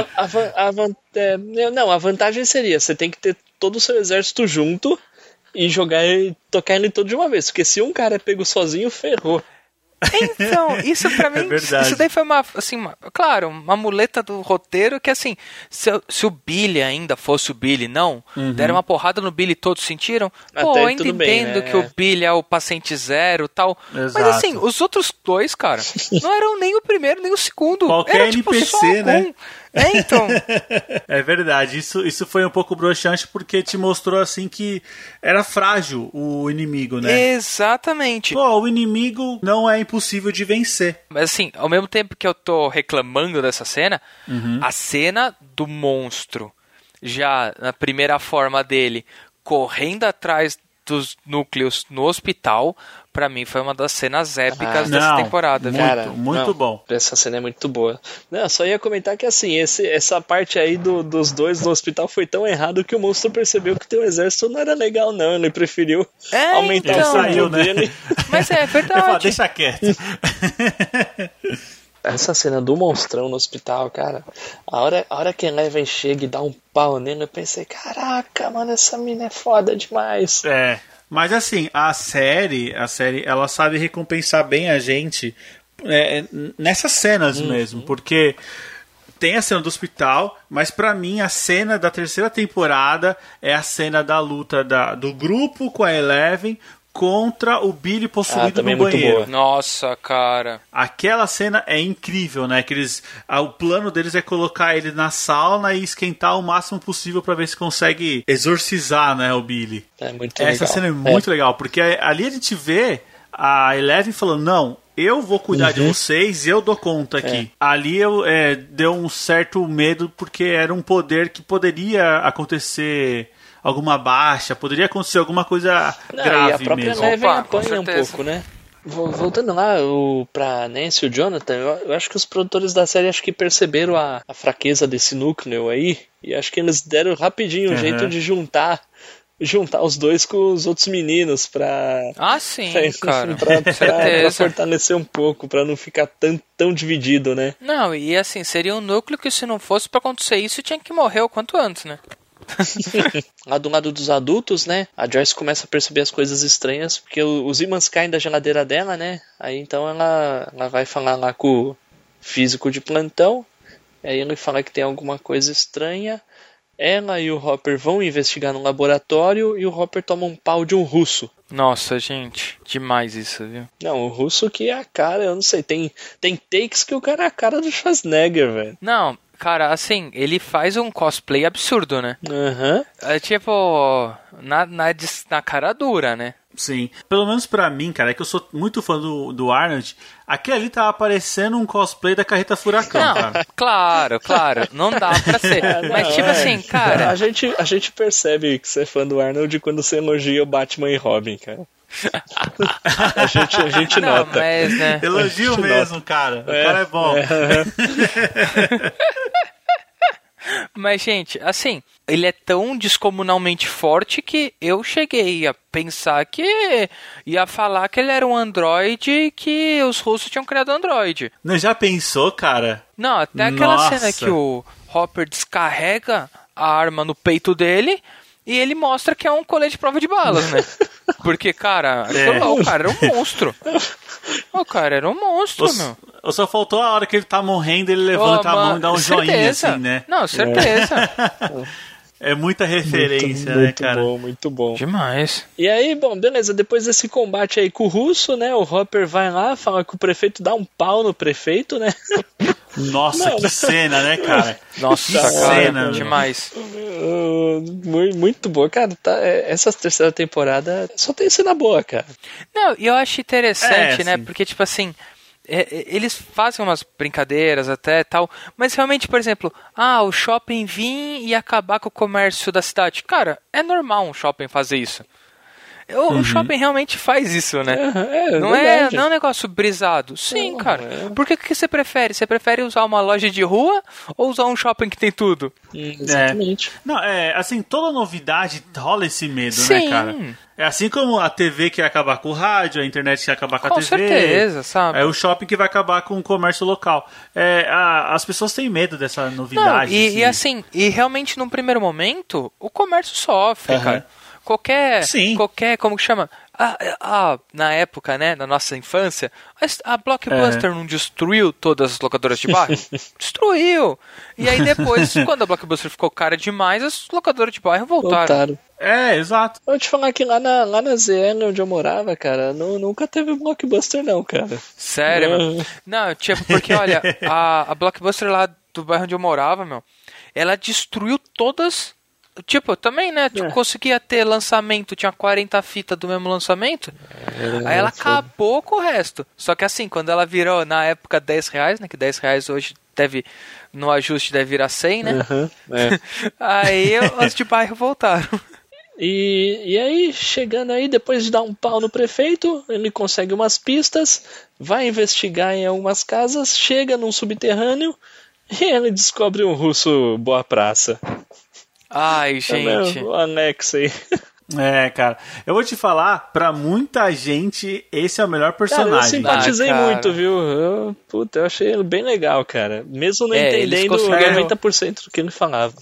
A vantagem seria, você tem que ter todo o seu exército junto e tocar ele todo de uma vez. Porque se um cara é pego sozinho, ferrou. Então, isso pra mim, isso daí foi claro, uma muleta do roteiro que assim, se o Billy ainda fosse o Billy, deram uma porrada no Billy e todos sentiram, pô, eu ainda entendo que o Billy é o paciente zero e tal, mas assim, os outros dois, cara, não eram nem o primeiro nem o segundo. Qualquer era, tipo, NPC, né? Então. É verdade, isso foi um pouco broxante porque te mostrou assim que era frágil o inimigo, né? Exatamente. Pô, o inimigo não é impossível de vencer. Mas assim, ao mesmo tempo que eu tô reclamando dessa cena, a cena do monstro, já na primeira forma dele, correndo atrás dos núcleos no hospital, pra mim foi uma das cenas épicas dessa temporada. Muito bom. Essa cena é muito boa. Não, só ia comentar que assim, essa parte aí dos dois no hospital foi tão errado que o monstro percebeu que teu exército não era legal, não. Ele preferiu aumentar o sangue dele. Mas é verdade. Eu falo, deixa quieto. Essa cena do monstrão no hospital, cara, a hora que Eleven chega e dá um pau nele, eu pensei, caraca, mano, essa mina é foda demais. Mas assim, a série, ela sabe recompensar bem a gente nessas cenas mesmo, porque tem a cena do hospital, mas pra mim a cena da terceira temporada é a cena da luta do grupo com a Eleven contra o Billy possuído no banheiro. Boa. Nossa, cara. Aquela cena é incrível, né? Que o plano deles é colocar ele na sauna e esquentar o máximo possível pra ver se consegue exorcizar, né, o Billy. É muito legal. Essa cena é muito legal, porque ali a gente vê a Eleven falando, não, eu vou cuidar de vocês, eu dou conta aqui. Ali deu um certo medo, porque era um poder que poderia acontecer alguma baixa, poderia acontecer alguma coisa grave e a própria mesmo. Eleven apanha um pouco, né? Voltando lá pra Nancy e o Jonathan, eu acho que os produtores da série acho que perceberam a fraqueza desse núcleo aí, e acho que eles deram rapidinho um jeito de juntar os dois com os outros meninos pra fortalecer um pouco, pra não ficar tão dividido, né? Não, e assim, seria um núcleo que se não fosse pra acontecer isso, tinha que morrer o quanto antes, né? Lá do lado dos adultos, né, a Joyce começa a perceber as coisas estranhas, porque os ímãs caem da geladeira dela, né, aí então ela vai falar lá com o físico de plantão, aí ele fala que tem alguma coisa estranha, ela e o Hopper vão investigar no laboratório e o Hopper toma um pau de um russo. Nossa, gente, demais isso, viu? Não, o russo que é a cara, eu não sei, tem takes que o cara é a cara do Schwarzenegger, velho. Não, cara, assim, ele faz um cosplay absurdo, né? Aham. É tipo, na cara dura, né? Sim. Pelo menos pra mim, cara, é que eu sou muito fã do Arnold. Aquele ali tava parecendo um cosplay da Carreta Furacão, Não, cara. claro, não dá pra ser. Mas tipo assim, cara... A gente percebe que você é fã do Arnold quando você elogia o Batman e Robin, cara. A gente Não, nota. mas, né? Elogio mesmo, cara. O cara é bom. Mas, gente, assim, ele é tão descomunalmente forte que eu cheguei a pensar que ia falar que ele era um androide e que os russos tinham criado androide. Não, já pensou, cara? Não, até aquela Nossa. cena que o Hopper descarrega a arma no peito dele e ele mostra que é um colete de prova de balas, né? Porque, cara, o cara era um monstro. O cara era um monstro, meu. Só faltou a hora que ele tá morrendo, ele levanta a mão e dá um joinha, assim, né? Não, certeza. É muita referência, né, Muito cara? bom, muito bom. Demais. E aí, bom, beleza, depois desse combate aí com o russo, né, o Hopper vai lá, fala que o prefeito dá um pau no prefeito, né? Nossa, que cena, né, cara? Nossa, Que cara, cena, meu. demais. Muito boa, cara, essa terceira temporada só tem cena boa, cara. Não, e eu acho interessante, né, sim. porque, tipo assim, eles fazem umas brincadeiras até tal, mas realmente, por exemplo, o shopping vir e acabar com o comércio da cidade. Cara, é normal um shopping fazer isso. O shopping realmente faz isso, né? Não é um negócio brisado. Sim, cara. Por que você prefere? Você prefere usar uma loja de rua ou usar um shopping que tem tudo? Exatamente. Não, assim, toda novidade rola esse medo, Sim. né, cara? É assim como a TV que ia acabar com o rádio, a internet que ia acabar com a TV. Com certeza, sabe? É o shopping que vai acabar com o comércio local. As pessoas têm medo dessa Não, novidade. e realmente num primeiro momento, o comércio sofre, cara. Qualquer, como que chama? Na época, né, na nossa infância, a Blockbuster não destruiu todas as locadoras de bairro? Destruiu! E aí depois, quando a Blockbuster ficou cara demais, as locadoras de bairro voltaram. Exato. Eu vou te falar que lá na ZN onde eu morava, cara, nunca teve Blockbuster não, cara. Sério, meu? Não, tipo, porque olha, a Blockbuster lá do bairro onde eu morava, meu, ela destruiu todas. Tipo, também, né? Conseguia ter lançamento, tinha 40 fitas do mesmo lançamento. Aí ela acabou com o resto. Só que assim, quando ela virou, na época, R$10, né? Que R$10 hoje no ajuste deve virar 100, né? Aí os de bairro voltaram. E aí, chegando aí, depois de dar um pau no prefeito, ele consegue umas pistas, vai investigar em algumas casas, chega num subterrâneo e ele descobre um russo boa praça. Ai, gente. O anexo aí. Cara, eu vou te falar, pra muita gente, esse é o melhor personagem. Cara, eu simpatizei cara. muito, viu? Eu achei ele bem legal, cara. Mesmo não entendendo conseguiram... 90% do que ele falava.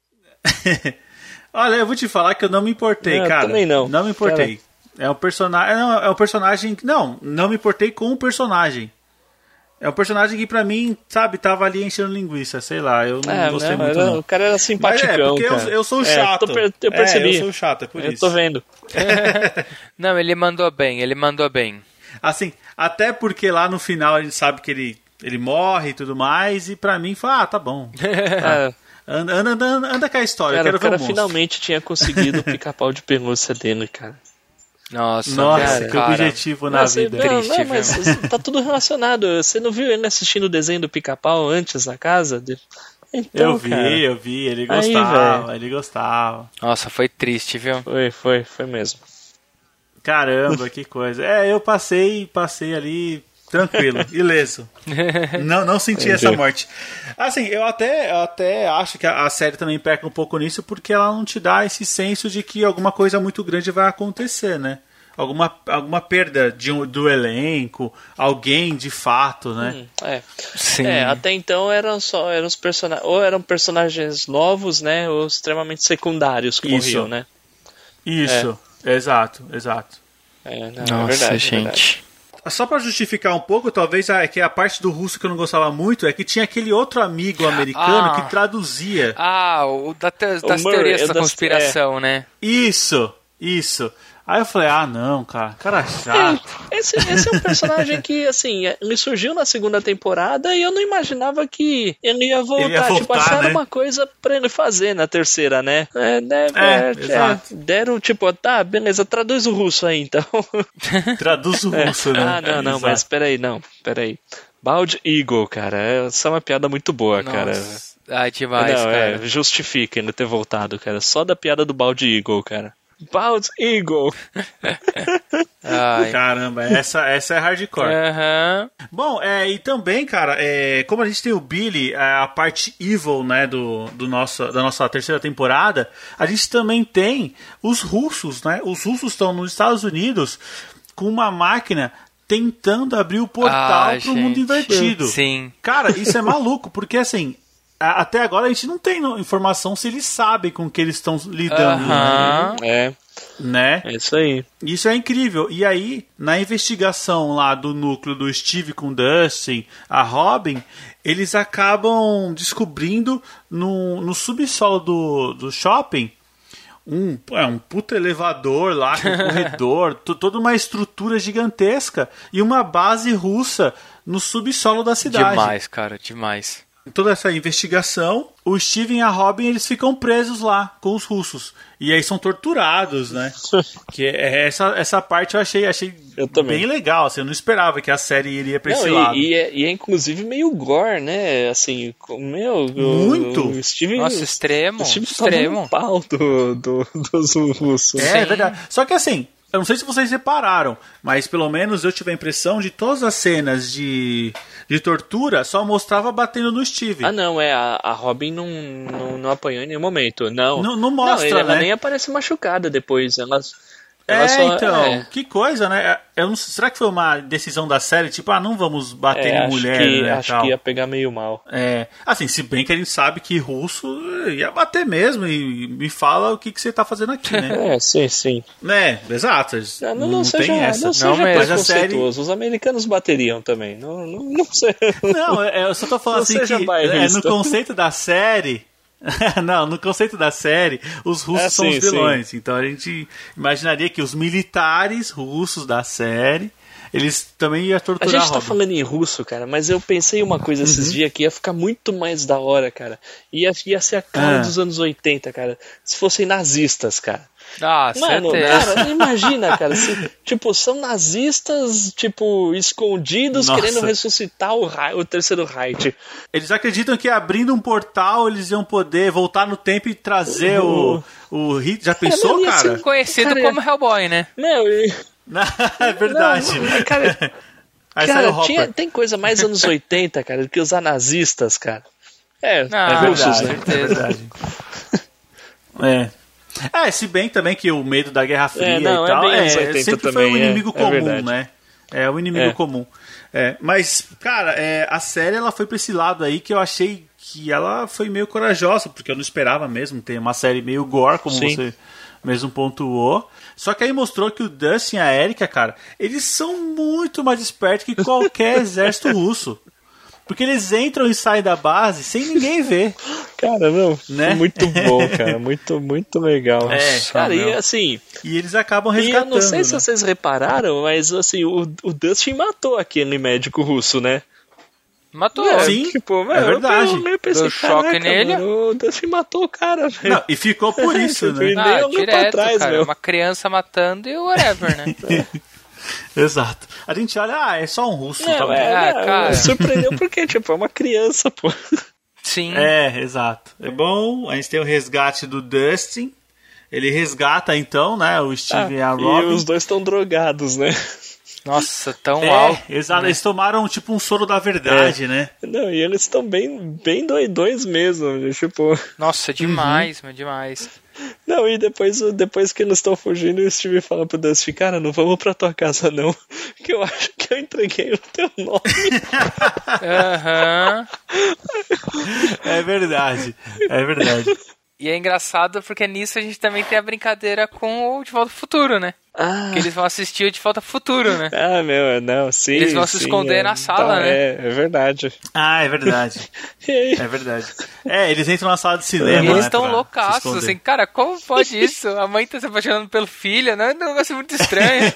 Olha, eu vou te falar que eu não me importei, Não, cara. também não. Não me importei. Cara. É um personagem... Não me importei com o personagem. É um personagem que pra mim, sabe, tava ali enchendo linguiça, sei lá, eu não gostei muito não. O cara era simpaticão, porque cara. eu sou chato. Eu percebi. Eu sou chato, é por isso. Eu tô vendo. Não, ele mandou bem. Assim, até porque lá no final a gente sabe que ele morre e tudo mais, e pra mim foi, tá bom. Tá. Anda com a história, Cara, eu quero ver o monstro. Finalmente tinha conseguido o pica-pau de pelúcia dele, cara. Nossa, que objetivo na vida. Não, mas tá tudo relacionado. Você não viu ele assistindo o desenho do Pica-Pau antes na casa dele? Então, eu vi, ele gostava. Nossa, foi triste, viu? Foi mesmo. Caramba, que coisa. Eu passei ali tranquilo, ileso. Não senti essa morte. Assim, eu até acho que a série também peca um pouco nisso, porque ela não te dá esse senso de que alguma coisa muito grande vai acontecer, né? Alguma perda do elenco, alguém de fato, né? Sim. Até então eram os personagens, ou eram personagens novos, né? Ou extremamente secundários que morriam, né? Isso, exato. Nossa, é verdade, gente. Verdade. Só pra justificar um pouco, talvez que a parte do russo que eu não gostava muito é que tinha aquele outro amigo americano que traduzia. O das teorias da conspiração, né? Isso. Aí eu falei, não, cara chato. Esse é um personagem que, assim, ele surgiu na segunda temporada e eu não imaginava que ele ia voltar. Tipo, acharam uma coisa pra ele fazer na terceira, né? Exato. Deram, tipo, tá, beleza, traduz o russo aí, então. Traduz o russo, né? Não, mas peraí. Bald Eagle, cara, essa é uma piada muito boa, cara. Demais, cara. Justifica ele ter voltado, cara. Só da piada do Bald Eagle, cara. Bald Eagle. Caramba, essa é hardcore. Uhum. Bom, e também, cara, como a gente tem o Billy, a parte evil, né, da nossa terceira temporada, a gente também tem os russos, né? Os russos estão nos Estados Unidos com uma máquina tentando abrir o portal pro mundo invertido. Sim. Cara, isso é maluco, porque assim, até agora a gente não tem informação se eles sabem com o que eles estão lidando. Né? É isso aí. Isso é incrível. E aí, na investigação lá do núcleo do Steve com Dustin, a Robin, eles acabam descobrindo no subsolo do shopping um puta elevador lá, com corredor, toda uma estrutura gigantesca e uma base russa no subsolo da cidade. Demais, cara, demais. Toda essa investigação, o Steven e a Robin, eles ficam presos lá com os russos. E aí são torturados, né? Que essa parte eu achei bem legal. Assim, eu não esperava que a série iria pra esse lado. E é inclusive meio gore, né? Assim, muito. O Steven, nossa, extremo. O Steven extremo. Pau dos russos. É verdade. Só que assim, eu não sei se vocês repararam, mas pelo menos eu tive a impressão de todas as cenas de tortura só mostrava batendo no Steve. Não, a Robin não apanhou em nenhum momento. Não mostra, ela né? nem aparece machucada depois. Ela Que coisa, né? Eu não sei, será que foi uma decisão da série? Tipo, não vamos bater em mulher, né? Acho que ia pegar meio mal. Assim, se bem que a gente sabe que russo ia bater mesmo e me fala o que você tá fazendo aqui, né? Sim. Né, exato. Não tem essa. Não seja mas a série... Os americanos bateriam também. Não sei. Não, eu só tô falando assim que no conceito da série... Não, no conceito da série, os russos são os vilões. Sim. Então a gente imaginaria que os militares russos da série, eles também iam torturar a gente tá falando em russo, cara, mas eu pensei uma coisa esses dias que ia ficar muito mais da hora, cara. Ia ser a cara dos anos 80, cara. Se fossem nazistas, cara. Mano, cara, imagina, cara, são nazistas, escondidos, querendo ressuscitar o terceiro Reich. Eles acreditam que abrindo um portal eles iam poder voltar no tempo e trazer o Hitler. Já pensou, cara? Conhecido como Hellboy, né? É verdade. Cara, tem coisa mais anos 80, cara, do que usar nazistas, cara. Russos, né? É verdade. Se bem também que o medo da Guerra Fria e tal, sempre foi um inimigo comum, né? É o inimigo comum. Mas, cara, a série ela foi pra esse lado aí que eu achei que ela foi meio corajosa, porque eu não esperava mesmo ter uma série meio gore, como você mesmo pontuou. Só que aí mostrou que o Dustin e a Erika, cara, eles são muito mais espertos que qualquer exército russo. Porque eles entram e saem da base sem ninguém ver. Cara, né? Muito bom, cara. Muito, muito legal. Cara, e assim... E eles acabam resgatando. E eu não sei se vocês repararam, mas assim, o Dustin matou aquele médico russo, né? Matou. Sim, é verdade. Eu pensei, deu choque nele. Mano, o Dustin matou o cara, velho. Não, e ficou por isso, né? Direto, trás, cara. Uma criança matando e whatever, né? Exato. A gente olha, é só um russo. Cara. Surpreendeu porque, é uma criança, pô. Sim. Exato. É bom, a gente tem o resgate do Dustin. Ele resgata, então, né, o Steve e a Robin. E os dois estão drogados, né? Nossa, tão alto. Exato. Né? Eles tomaram, um soro da verdade, né? Não, e eles estão bem doidões mesmo, Nossa, demais, demais. Não, e depois que eles estão fugindo, o Steve fala pro Dustin, cara, não vamos pra tua casa não, que eu acho que eu entreguei o teu nome. É verdade. E é engraçado porque nisso a gente também tem a brincadeira com o De Volta ao Futuro, né? Que eles vão assistir o De Volta ao Futuro, né? Ah, meu, não, sim. Eles vão se esconder na sala, né? É verdade. Ah, é verdade. É verdade. Eles entram na sala de cinema. E eles né, estão pra loucaços, se esconder. assim, cara, como pode isso? A mãe tá se apaixonando pelo filho, né? É um negócio muito estranho.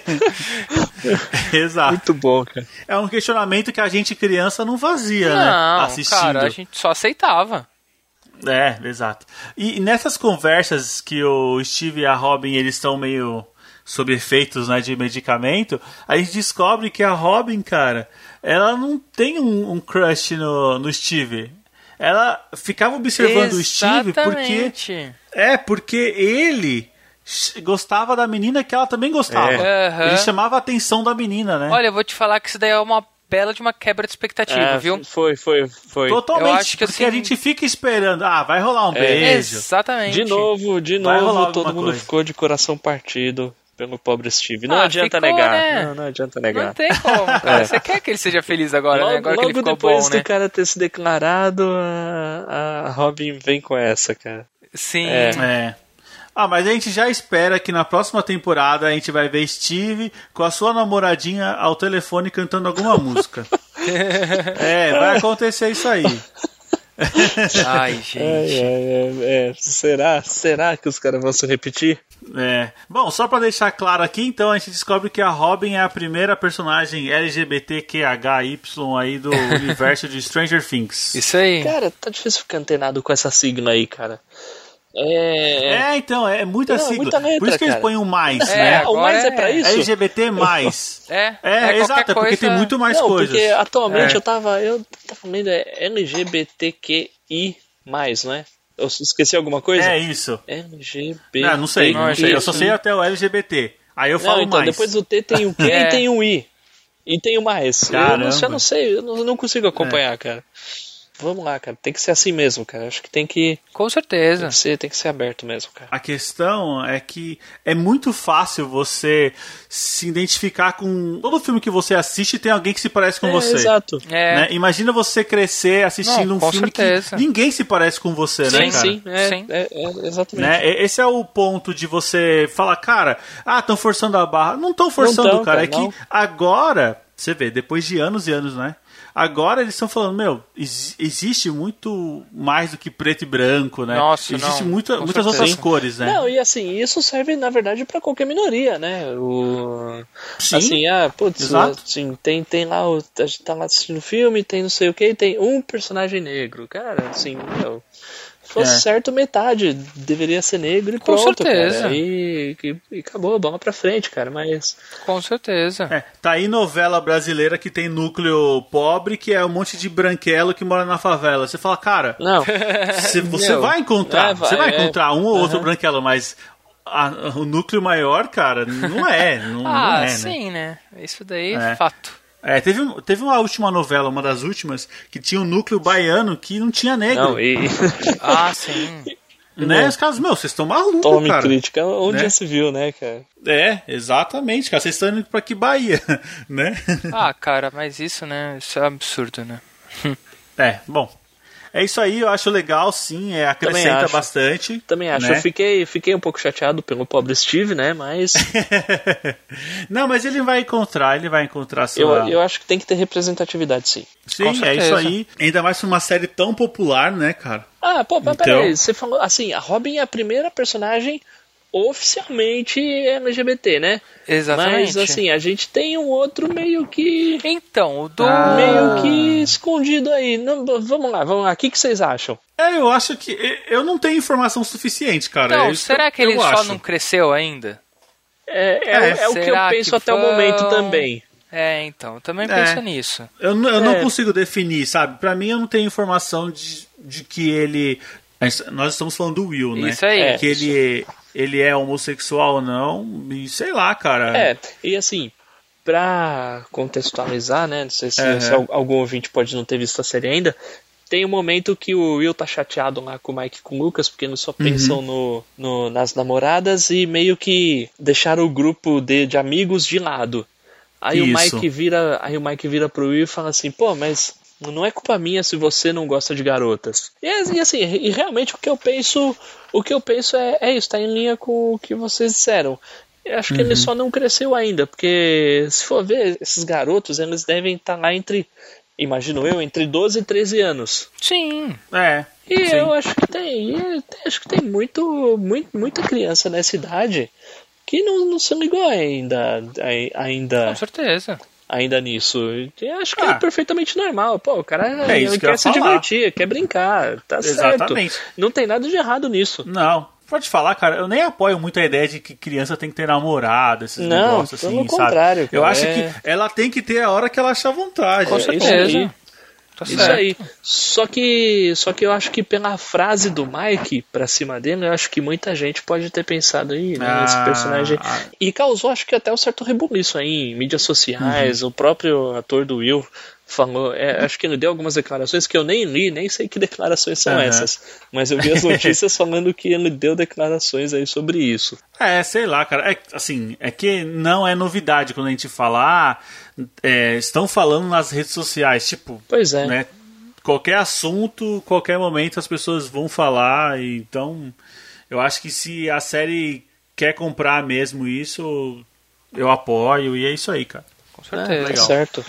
Exato. Muito bom, cara. É um questionamento que a gente criança não fazia, né? Não, Assistindo. cara, a gente só aceitava. Exato. E nessas conversas que o Steve e a Robin, eles estão meio sob efeitos, né, de medicamento, a gente descobre que a Robin, cara, ela não tem um crush no Steve. Ela ficava observando o Steve porque ele gostava da menina que ela também gostava. Ele chamava a atenção da menina, né? Olha, eu vou te falar que isso daí é uma bela de uma quebra de expectativa, viu? Foi. Totalmente, Eu acho que, porque assim, a gente fica esperando, vai rolar um beijo. Exatamente. De novo, todo mundo ficou de coração partido pelo pobre Steve. Não adianta negar. Né? Não adianta negar. Não tem como, cara. Você quer que ele seja feliz agora, né? Agora que ele ficou depois bom, do né? cara ter se declarado, a Robin vem com essa, cara. Sim. Mas a gente já espera que na próxima temporada a gente vai ver Steve com a sua namoradinha ao telefone cantando alguma música. Vai acontecer isso aí. Ai, gente. Será que os caras vão se repetir? Bom, só pra deixar claro aqui, então, a gente descobre que a Robin é a primeira personagem LGBTQHY aí do universo de Stranger Things. Isso aí. Cara, tá difícil ficar antenado com essa sigla aí, cara. Então, é muita sigla. Muita letra, por isso que eles põem um mais, né? O mais é pra isso? LGBT+. Exato, coisa... porque tem muito mais coisas. Porque atualmente eu tava lendo LGBTQI+, não é? Eu esqueci alguma coisa? É isso. LGBT. Não sei. Eu só sei até o LGBT. Aí eu falo mais. Depois do T tem o Q e tem o I. E tem o mais. Caramba. Eu não sei, eu não consigo acompanhar, cara. Vamos lá, cara. Tem que ser assim mesmo, cara. Acho que tem que... Com certeza. Tem que ser aberto mesmo, cara. A questão é que é muito fácil você se identificar com... Todo filme que você assiste tem alguém que se parece com você. Exato. Né? Imagina você crescer assistindo um filme que ninguém se parece com você, né, cara? Sim. Exatamente. Né? Esse é o ponto de você falar, cara, estão forçando a barra. Não estão forçando, cara. É que agora, você vê, depois de anos e anos, né? Agora eles estão falando, existe muito mais do que preto e branco, né? Nossa, existe muitas outras cores, né? Não, e assim, isso serve, na verdade, pra qualquer minoria, né? Sim, assim, exato. Assim, tem lá, a gente tá lá assistindo filme, tem não sei o que, tem um personagem negro. Cara, assim, fosse certo, metade deveria ser negro e com pronto, certeza. Cara. E acabou, bola pra frente, cara, mas... Com certeza. Tá aí novela brasileira que tem núcleo pobre, que é um monte de branquelo que mora na favela. Você fala, cara... Não. Você vai encontrar, você vai encontrar um ou outro branquelo, mas... o núcleo maior, cara, não é. Não é, sim, né? Isso daí é fato. Teve uma última novela, uma das últimas, que tinha um núcleo baiano que não tinha negro. Não, sim. Né? Os caras, vocês estão malucos, Tome cara. crítica onde já se viu, né, cara? Exatamente, cara. Vocês estão indo pra que Bahia, né? Cara, mas isso, né? Isso é absurdo, né? Bom. É isso aí, eu acho legal, sim, acrescenta bastante. Também acho, né? Eu fiquei um pouco chateado pelo pobre Steve, né, mas... Não, mas ele vai encontrar sua... Eu acho que tem que ter representatividade, sim. Sim, é isso aí. Ainda mais pra uma série tão popular, né, cara? Mas peraí, você falou, assim, a Robin é a primeira personagem oficialmente LGBT, né? Exatamente. Mas, assim, a gente tem um outro meio que... Então, meio que escondido aí. Não, vamos lá. O que vocês acham? Eu acho que... Eu não tenho informação suficiente, cara. Então, será que ele só não cresceu ainda? É o que eu penso até o momento também. Então, eu também penso nisso. Eu não consigo definir, sabe? Pra mim, eu não tenho informação de que ele... Nós estamos falando do Will, né? Isso aí. Que ele é homossexual ou não, e sei lá, cara. E assim, pra contextualizar, né? Não sei se algum ouvinte pode não ter visto a série ainda. Tem um momento que o Will tá chateado lá com o Mike e com o Lucas, porque eles só pensam nas namoradas e meio que deixaram o grupo de amigos de lado. Aí o Mike vira pro Will e fala assim, mas não é culpa minha se você não gosta de garotas. E assim, realmente o que eu penso é isso, tá em linha com o que vocês disseram. Eu acho que ele só não cresceu ainda, porque se for ver, esses garotos, eles devem estar lá imagino eu, entre 12 e 13 anos. Sim. E Sim. eu acho que tem muita criança nessa idade que não se ligou ainda Com certeza. ainda nisso. Eu acho que é perfeitamente normal. Pô, o cara isso ele que eu ia quer se falar. divertir, quer brincar, tá Exatamente. certo. Não tem nada de errado nisso. Não. Pode falar, cara, eu nem apoio muito a ideia de que criança tem que ter namorado, esses negócios assim, pelo sabe? contrário, Eu cara, acho que ela tem que ter a hora que ela achar vontade. Com Isso certeza. aí. Tá Isso certo. aí. Só que eu acho que pela frase do Mike pra cima dele, eu acho que muita gente pode ter pensado aí, né, nesse personagem. E causou, acho que até um certo rebuliço aí em mídias sociais. O próprio ator do Will falou, acho que ele deu algumas declarações que eu nem li, nem sei que declarações são essas. Mas eu vi as notícias falando que ele deu declarações aí sobre isso. Sei lá, cara. É que não é novidade quando a gente fala, estão falando nas redes sociais, tipo, Pois é. né? Qualquer assunto, qualquer momento as pessoas vão falar, então eu acho que se a série quer comprar mesmo isso, eu apoio, e é isso aí, cara. Com certeza. Tá legal. certo.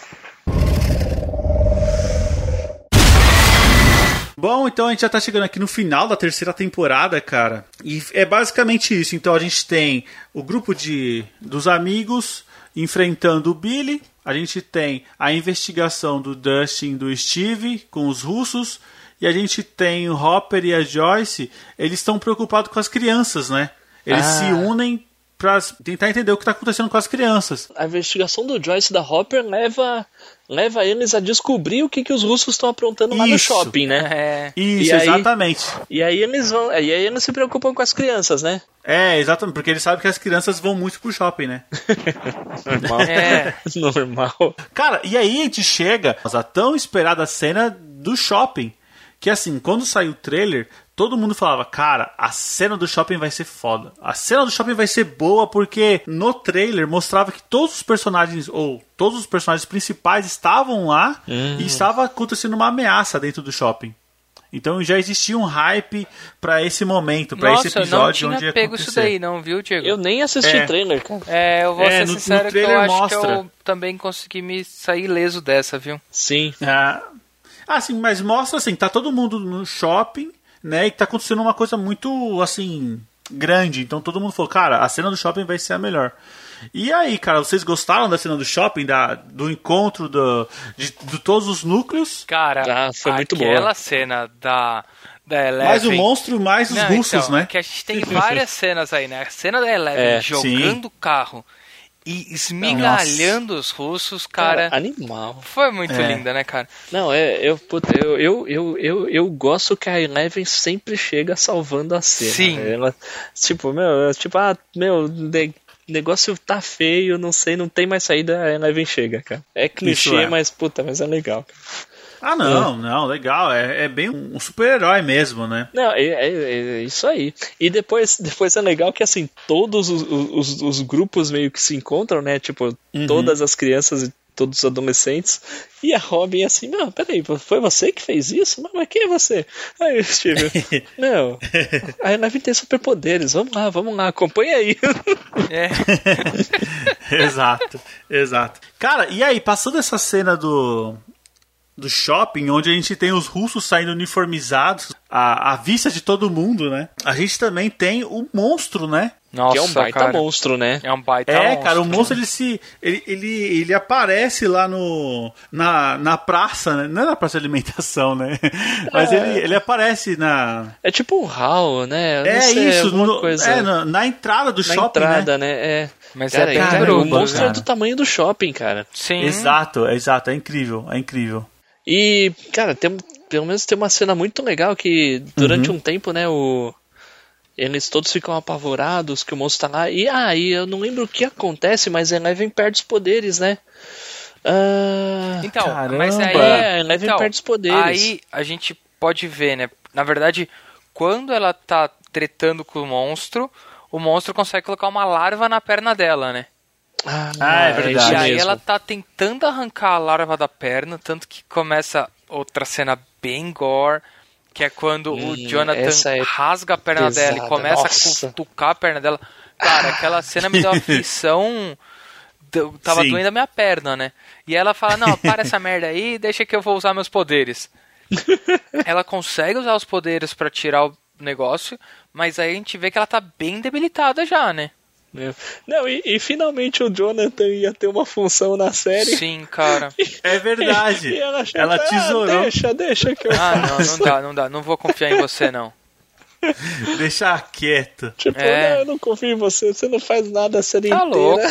Bom, então a gente já tá chegando aqui no final da terceira temporada, cara. E é basicamente isso. Então a gente tem o grupo dos amigos enfrentando o Billy. A gente tem a investigação do Dustin e do Steve com os russos. E a gente tem o Hopper e a Joyce. Eles estão preocupados com as crianças, né? Eles se unem pra tentar entender o que tá acontecendo com as crianças. A investigação do Joyce e da Hopper leva eles a descobrir o que os russos estão aprontando lá no Isso. shopping, né? Isso, E aí- exatamente. E aí eles se preocupam com as crianças, né? Exatamente, porque eles sabem que as crianças vão muito pro shopping, né? Normal. Normal. Cara, e aí a gente chega a tão esperada cena do shopping. Que assim, quando saiu o trailer, todo mundo falava, cara, a cena do shopping vai ser foda. A cena do shopping vai ser boa porque no trailer mostrava que todos os personagens principais estavam lá e estava acontecendo uma ameaça dentro do shopping. Então já existia um hype pra esse momento, pra esse episódio eu não onde ia tinha pego acontecer. isso daí, não, viu, Diego? Eu nem assisti trailer, cara. Eu vou ser no sincero que eu trailer acho mostra. que eu também consegui me sair ileso dessa, viu? Sim. Sim, mas mostra assim, tá todo mundo no shopping, né, e tá acontecendo uma coisa muito, assim, grande. Então todo mundo falou, cara, a cena do shopping vai ser a melhor. E aí, cara, vocês gostaram da cena do shopping, do encontro de todos os núcleos? Cara, foi muito boa. aquela cena da Eleven... Mais o monstro, mais os russos, então, né? é que a gente tem várias cenas aí, né? A cena da Eleven jogando o carro e esmigalhando os russos, cara... Animal. Foi muito linda, né, cara? Não, eu gosto que a Eleven sempre chega salvando a cena. Sim. Ela, negócio tá feio, não sei, não tem mais saída, a Eleven chega, cara. É clichê, mas é legal. Não, legal. É bem um super-herói mesmo, né? Não, é isso aí. E depois é legal que, assim, todos os grupos meio que se encontram, né? Tipo, todas as crianças e todos os adolescentes. E a Robin assim, não, peraí, foi você que fez isso? Mas quem é você? Aí o Steve, não, a Eleven tem superpoderes, vamos lá, acompanha aí. Exato. Cara, e aí, passando essa cena do shopping, onde a gente tem os russos saindo uniformizados à vista de todo mundo, né? A gente também tem o monstro, né? Nossa, que é um baita cara. monstro, né? É um baita monstro. Cara, o monstro ele aparece lá na praça, né? Não é na praça de alimentação, né? Mas ele aparece na... É tipo um hall, né? Eu não sei, isso, alguma coisa. na entrada do shopping, entrada, né? Mas cara, é bem cara, bruto, o monstro cara. é do tamanho do shopping, cara. Sim. Exato, é incrível. E, cara, pelo menos tem uma cena muito legal que durante um tempo, né, eles todos ficam apavorados que o monstro tá lá. E eu não lembro o que acontece, mas a Eleven perde os poderes, né? Então, caramba. mas aí... a Eleven perde os poderes. Aí a gente pode ver, né? Na verdade, quando ela tá tretando com o monstro consegue colocar uma larva na perna dela, né? É verdade. E aí mesmo. ela tá tentando arrancar a larva da perna, tanto que começa outra cena bem gore, que é quando o Jonathan rasga a perna dela e começa a cutucar a perna dela. Cara, aquela cena me deu aflição. Tava Sim. doendo a minha perna, né? E ela fala, não, para essa merda aí, deixa que eu vou usar meus poderes. Ela consegue usar os poderes pra tirar o negócio, mas aí a gente vê que ela tá bem debilitada já, né? Não, e finalmente o Jonathan ia ter uma função na série. Sim, cara. É verdade. E ela tesourou. Deixa que eu Ah, faço. não dá. Não vou confiar em você, não. Deixa quieto. Tipo, É. não, eu não confio em você não faz nada a série Tá inteira. louco.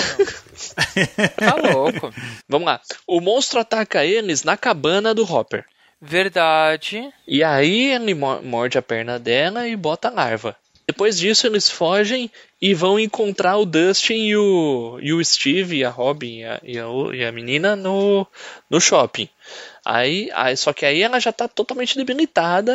Tá louco. Vamos lá. O monstro ataca eles na cabana do Hopper. Verdade. E aí ele morde a perna dela e bota a larva. Depois disso eles fogem e vão encontrar o Dustin e o Steve, a Robin e a menina no shopping. Só que aí ela já tá totalmente debilitada,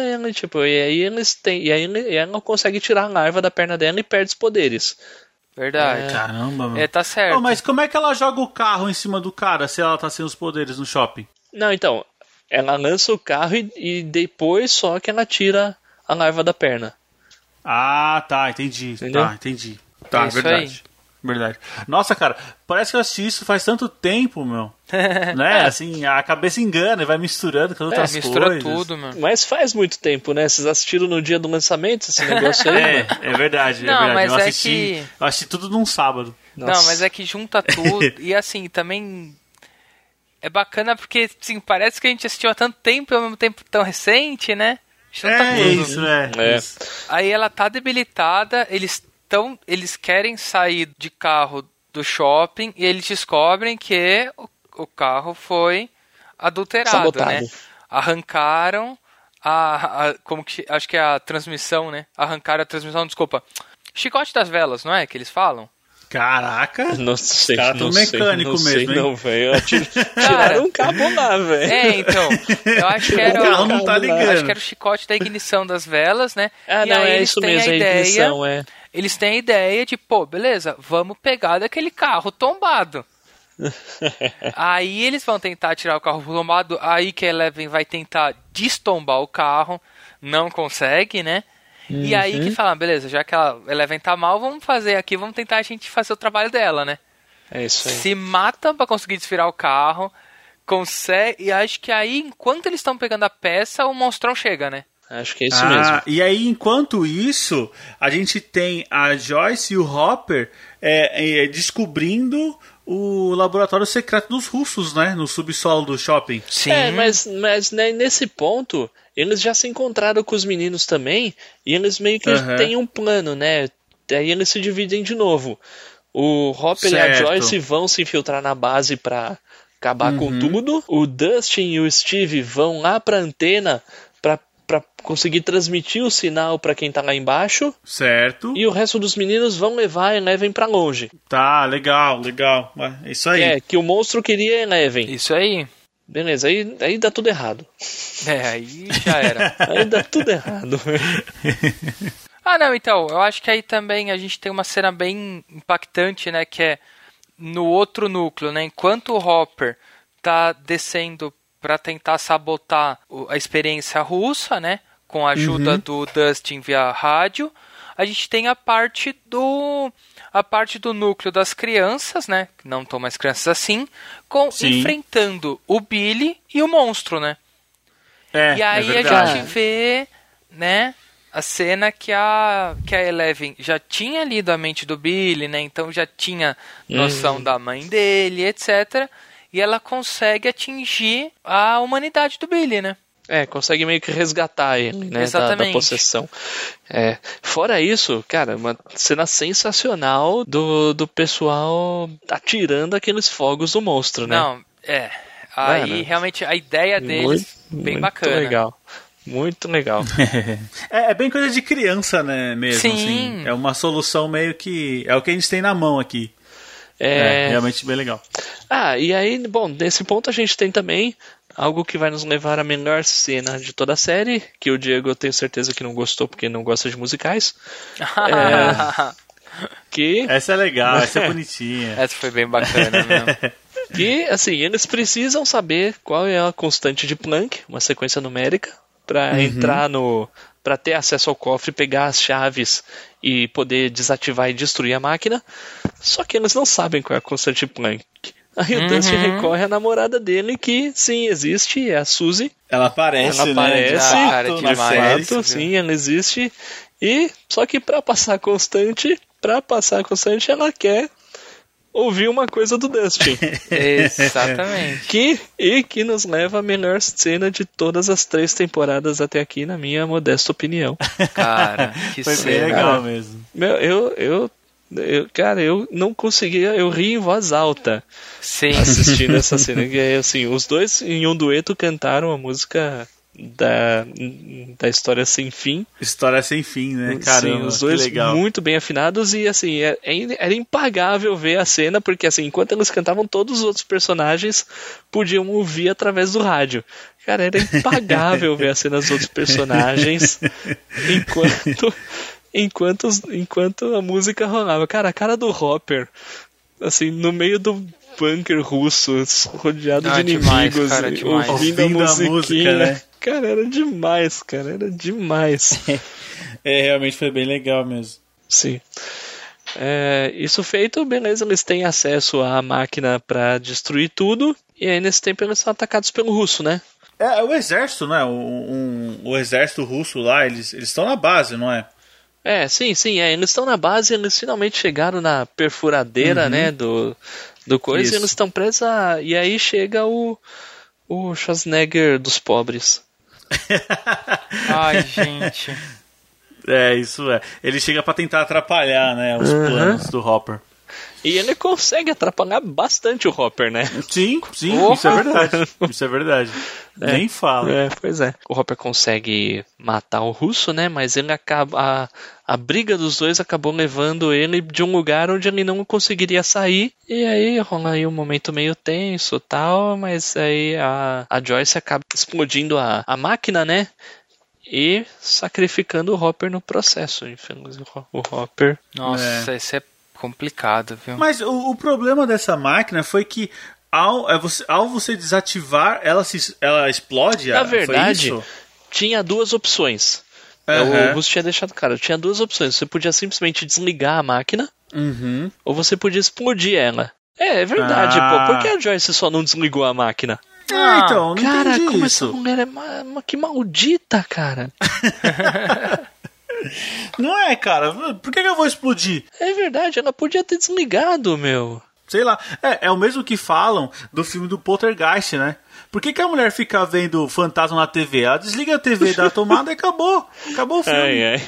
e aí ela não consegue tirar a larva da perna dela e perde os poderes. Verdade. Caramba, mano. Tá certo. Oh, mas como é que ela joga o carro em cima do cara se ela tá sem os poderes no shopping? Não, então, ela lança o carro e depois só que ela tira a larva da perna. Ah, tá, entendi. Entendeu? Tá, entendi. Tá, É isso verdade. Verdade. Nossa, cara, parece que eu assisti isso faz tanto tempo, meu. Né? Assim, a cabeça engana e vai misturando com outras mistura coisas. tudo, mano. Mas faz muito tempo, né? Vocês assistiram no dia do lançamento esse negócio aí? É, é verdade, Não, é verdade. mas Eu é assisti, que- eu assisti tudo num sábado. Nossa. Não, mas é que junta tudo. E assim, também é bacana porque, assim, parece que a gente assistiu há tanto tempo e ao mesmo tempo tão recente, né? Junta tudo. Isso, é. É. Isso. Aí ela tá debilitada, eles querem sair de carro do shopping e eles descobrem que o carro foi adulterado, Sabotado. né? Arrancaram acho que é a transmissão, né? Arrancaram a transmissão, desculpa. Chicote das velas, não é que eles falam? Caraca. Não sei, Os caras tão não sei, mecânico não sei, mesmo, hein? não, velho. Tiraram um cabo lá, velho. É, então, eu acho que era O carro não tá ligando. acho que era o chicote da ignição das velas, né? Ah, E não, aí é eles isso têm mesmo, a a ideia, ignição, é. Eles têm a ideia de, pô, beleza, vamos pegar daquele carro tombado. Aí eles vão tentar tirar o carro tombado, aí que a Eleven vai tentar destombar o carro, não consegue, né? E aí que fala, beleza, já que a Eleven tá mal, vamos fazer aqui, vamos tentar a gente fazer o trabalho dela, né? É isso aí. Se mata pra conseguir desvirar o carro, consegue, e acho que aí, enquanto eles estão pegando a peça, o monstrão chega, né? Acho que é isso mesmo. E aí, enquanto isso, a gente tem a Joyce e o Hopper descobrindo o laboratório secreto dos russos, né? No subsolo do shopping. Sim. É, mas né, nesse ponto, eles já se encontraram com os meninos também, e eles meio que Aham. têm um plano, né? Daí eles se dividem de novo. O Hopper e a Certo. Joyce vão se infiltrar na base pra acabar com tudo. O Dustin e o Steve vão lá pra antena pra conseguir transmitir o sinal pra quem tá lá embaixo. Certo. E o resto dos meninos vão levar a Eleven pra longe. Tá, legal, legal. É isso aí. É, que o monstro queria a Eleven. Isso aí. Beleza, aí dá tudo errado. Aí já era. Aí dá tudo errado. Ah, não, então, eu acho que aí também a gente tem uma cena bem impactante, né, que é no outro núcleo, né, enquanto o Hopper tá descendo para tentar sabotar a experiência russa, né, com a ajuda do Dustin via rádio, a gente tem a parte do núcleo das crianças, né, que não estão mais crianças assim, enfrentando o Billy e o monstro, né. E aí a gente vê, né, a cena que a Eleven já tinha lido a mente do Billy, né? Então já tinha noção da mãe dele, etc. E ela consegue atingir a humanidade do Billy, né? É, consegue meio que resgatar ele, né? Exatamente. Da possessão. É, fora isso, cara, uma cena sensacional do pessoal atirando aqueles fogos do monstro, né? Não, aí Mano, realmente a ideia deles, bem bacana. Muito legal. Muito legal. É bem coisa de criança, né, mesmo, Sim. assim. É uma solução meio que... É o que a gente tem na mão aqui. É, realmente bem legal. e aí, bom, nesse ponto a gente tem também algo que vai nos levar à melhor cena de toda a série, que o Diego eu tenho certeza que não gostou porque não gosta de musicais. Que, Essa é legal, essa é bonitinha. Essa foi bem bacana mesmo. que, assim, eles precisam saber qual é a constante de Planck, uma sequência numérica, pra entrar pra ter acesso ao cofre, pegar as chaves e poder desativar e destruir a máquina. Só que eles não sabem qual é a Constante Plank. Aí o Dustin recorre à namorada dele, que sim, existe, é a Suzy. Ela aparece, Ela aparece, de fato, sim, ela existe. E só que pra passar a Constante, ela quer ouvir uma coisa do Dustin. Exatamente. Que nos leva à melhor cena de todas as 3 temporadas até aqui, na minha modesta opinião. Cara, que Foi cena. bem legal mesmo. Meu, cara, eu não conseguia, eu ri em voz alta Sim. assistindo essa cena. Que é assim, os dois em um dueto cantaram a música da História Sem Fim. História Sem Fim, né? Caramba, sim, os dois que legal. muito bem afinados e assim, era impagável ver a cena, porque assim, enquanto eles cantavam, todos os outros personagens podiam ouvir através do rádio. Cara, era impagável ver a cena dos outros personagens enquanto a música rolava. Cara, a cara do Hopper, assim, no meio do bunker russo, rodeado de demais, inimigos, cara, demais. ouvindo a musiquinha, né? Cara, era demais, era demais. Realmente foi bem legal mesmo. Sim. Isso feito, beleza, eles têm acesso à máquina pra destruir tudo, e aí nesse tempo eles são atacados pelo russo, né? É o exército, né? O exército russo lá, eles estão na base, não é? Sim, eles estão na base, eles finalmente chegaram na perfuradeira, né, do coisa, Isso. e eles estão presos e aí chega o Schwarzenegger dos pobres. Ai, gente. Isso é. Ele chega pra tentar atrapalhar, né, os planos do Hopper. E ele consegue atrapalhar bastante o Hopper, né? Sim, isso é verdade. Isso é verdade. Nem fala. Pois é. O Hopper consegue matar o russo, né? Mas ele acaba. A briga dos dois acabou levando ele de um lugar onde ele não conseguiria sair. E aí rola aí um momento meio tenso e tal. Mas aí a Joyce acaba explodindo a máquina, né? E sacrificando o Hopper no processo. Infelizmente, o Hopper. Nossa, isso é complicado, viu? Mas o problema dessa máquina foi que ao você desativar, ela explode? Na verdade, foi isso? tinha 2 opções. O Russo tinha deixado claro. Tinha 2 opções. Você podia simplesmente desligar a máquina, ou você podia explodir ela. É verdade, pô. Por que a Joyce só não desligou a máquina? Então, não Cara, entendi como isso. essa mulher que maldita, cara. Não é, cara. Por que eu vou explodir? É verdade, ela podia ter desligado, meu. Sei lá. É o mesmo que falam do filme do Poltergeist, né? Por que a mulher fica vendo fantasma na TV? Ela desliga a TV da tomada e acabou. Acabou o filme.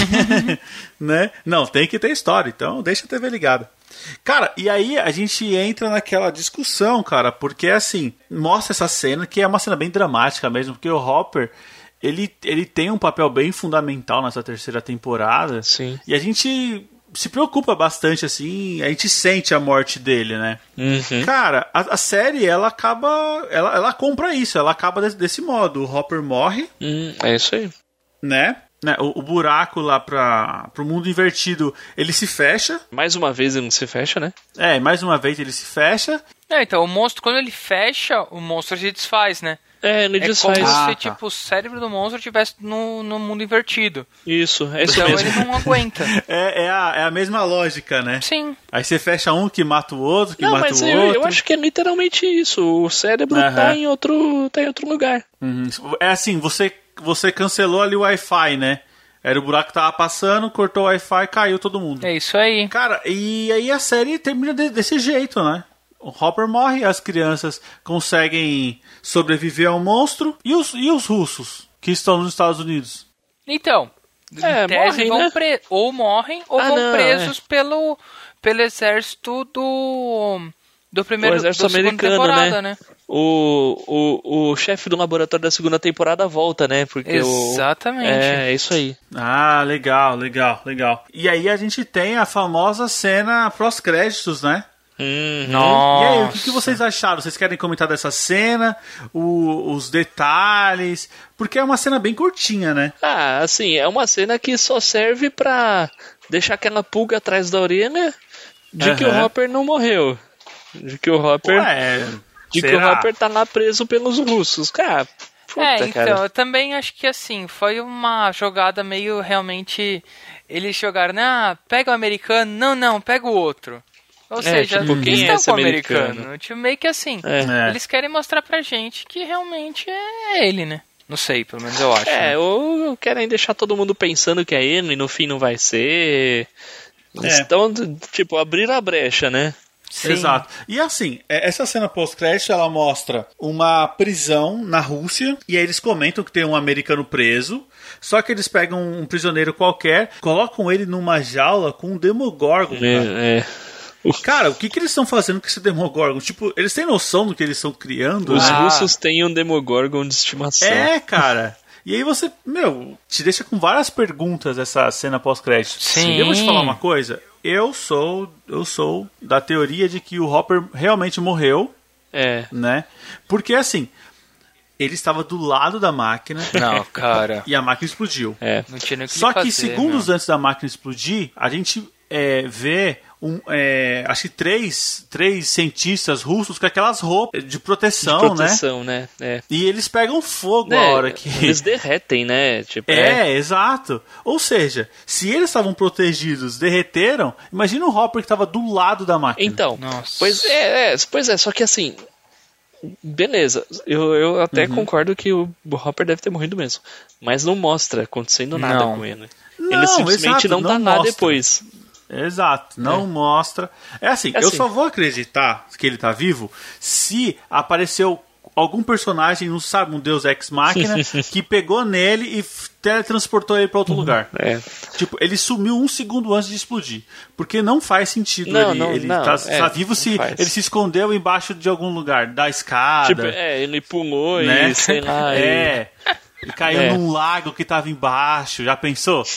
Né? Não, tem que ter história, então deixa a TV ligada. Cara, e aí a gente entra naquela discussão, cara, porque assim, mostra essa cena, que é uma cena bem dramática mesmo, porque o Hopper, ele tem um papel bem fundamental nessa 3ª temporada. Sim. E a gente se preocupa bastante, assim, a gente sente a morte dele, né? Cara, a série, ela acaba, ela compra isso, ela acaba desse modo. O Hopper morre. É isso aí. Né? O buraco lá pro mundo invertido, ele se fecha. Mais uma vez ele se fecha, né? Mais uma vez ele se fecha. Então, o monstro, quando ele fecha, o monstro se desfaz, né? Ele desfaz. Como se, tipo, o cérebro do monstro estivesse no mundo invertido. Isso, é isso então mesmo. ele não aguenta. É a mesma lógica, né? Sim. Aí você fecha um que mata o outro, Não, mas eu acho que é literalmente isso. O cérebro tá em outro lugar. É assim, você cancelou ali o Wi-Fi, né? Era o buraco que tava passando, cortou o Wi-Fi, caiu todo mundo. É isso aí. Cara, e aí a série termina desse jeito, né? O Hopper morre, as crianças conseguem sobreviver ao monstro. E os russos, que estão nos Estados Unidos? Então, em tese morrem, vão né? ou morrem ou vão presos pelo exército do primeiro exército americano, temporada, né? O chefe do laboratório da 2ª temporada volta, né? Porque exatamente. É isso aí. Legal. E aí a gente tem a famosa cena pós-créditos, né? Nossa. E aí, o que vocês acharam? Vocês querem comentar dessa cena? Os detalhes? Porque é uma cena bem curtinha, né? Assim, é uma cena que só serve pra deixar aquela pulga atrás da orelha de que o Hopper não morreu. De que o Hopper... Ué, de que o Hopper tá lá preso pelos russos. Cara, Puta, cara. Então, eu também acho que assim, foi uma jogada meio realmente. Eles jogaram, pega o americano, não, pega o outro. Ou seja, tipo, quem eles é estão esse com o americano? americano. Tipo, meio que assim, É. eles querem mostrar pra gente que realmente é ele, né? Não sei, pelo menos eu acho. né? Ou querem deixar todo mundo pensando que é ele e no fim não vai ser. Então, tipo, abrir a brecha, né? Sim. Exato. E assim, essa cena pós-crédito, ela mostra uma prisão na Rússia, e aí eles comentam que tem um americano preso, só que eles pegam um prisioneiro qualquer, colocam ele numa jaula com um Demogorgon, cara. Cara, o que eles estão fazendo com esse Demogorgon? Tipo, eles têm noção do que eles estão criando? Os né? russos têm um Demogorgon de estimação. Cara. E aí você, te deixa com várias perguntas essa cena pós-crédito. Sim. E eu vou te falar uma coisa. Eu sou da teoria de que o Hopper realmente morreu, né? Porque assim, ele estava do lado da máquina. Não, cara. E a máquina explodiu. Não tinha nem o que Só fazer, que segundos meu. antes da máquina explodir, a gente vê acho que três cientistas russos com aquelas roupas de proteção, né? E eles pegam fogo a hora que... Eles derretem, né? Tipo, exato. Ou seja, se eles estavam protegidos, derreteram, imagina o Hopper que estava do lado da máquina. Então, Nossa. pois é, só que assim, beleza, eu até concordo que o Hopper deve ter morrido mesmo, mas não mostra acontecendo nada com ele. Ele simplesmente não dá nada depois. Exato, não mostra. É assim, eu só vou acreditar que ele tá vivo se apareceu algum personagem, não sabe, um Deus Ex Machina, que pegou nele e teletransportou ele pra outro lugar. Tipo, ele sumiu um segundo antes de explodir. Porque não faz sentido ele tá vivo se ele se escondeu embaixo de algum lugar, da escada. Tipo, ele pulou né? e sei lá. E caiu num lago que tava embaixo, já pensou?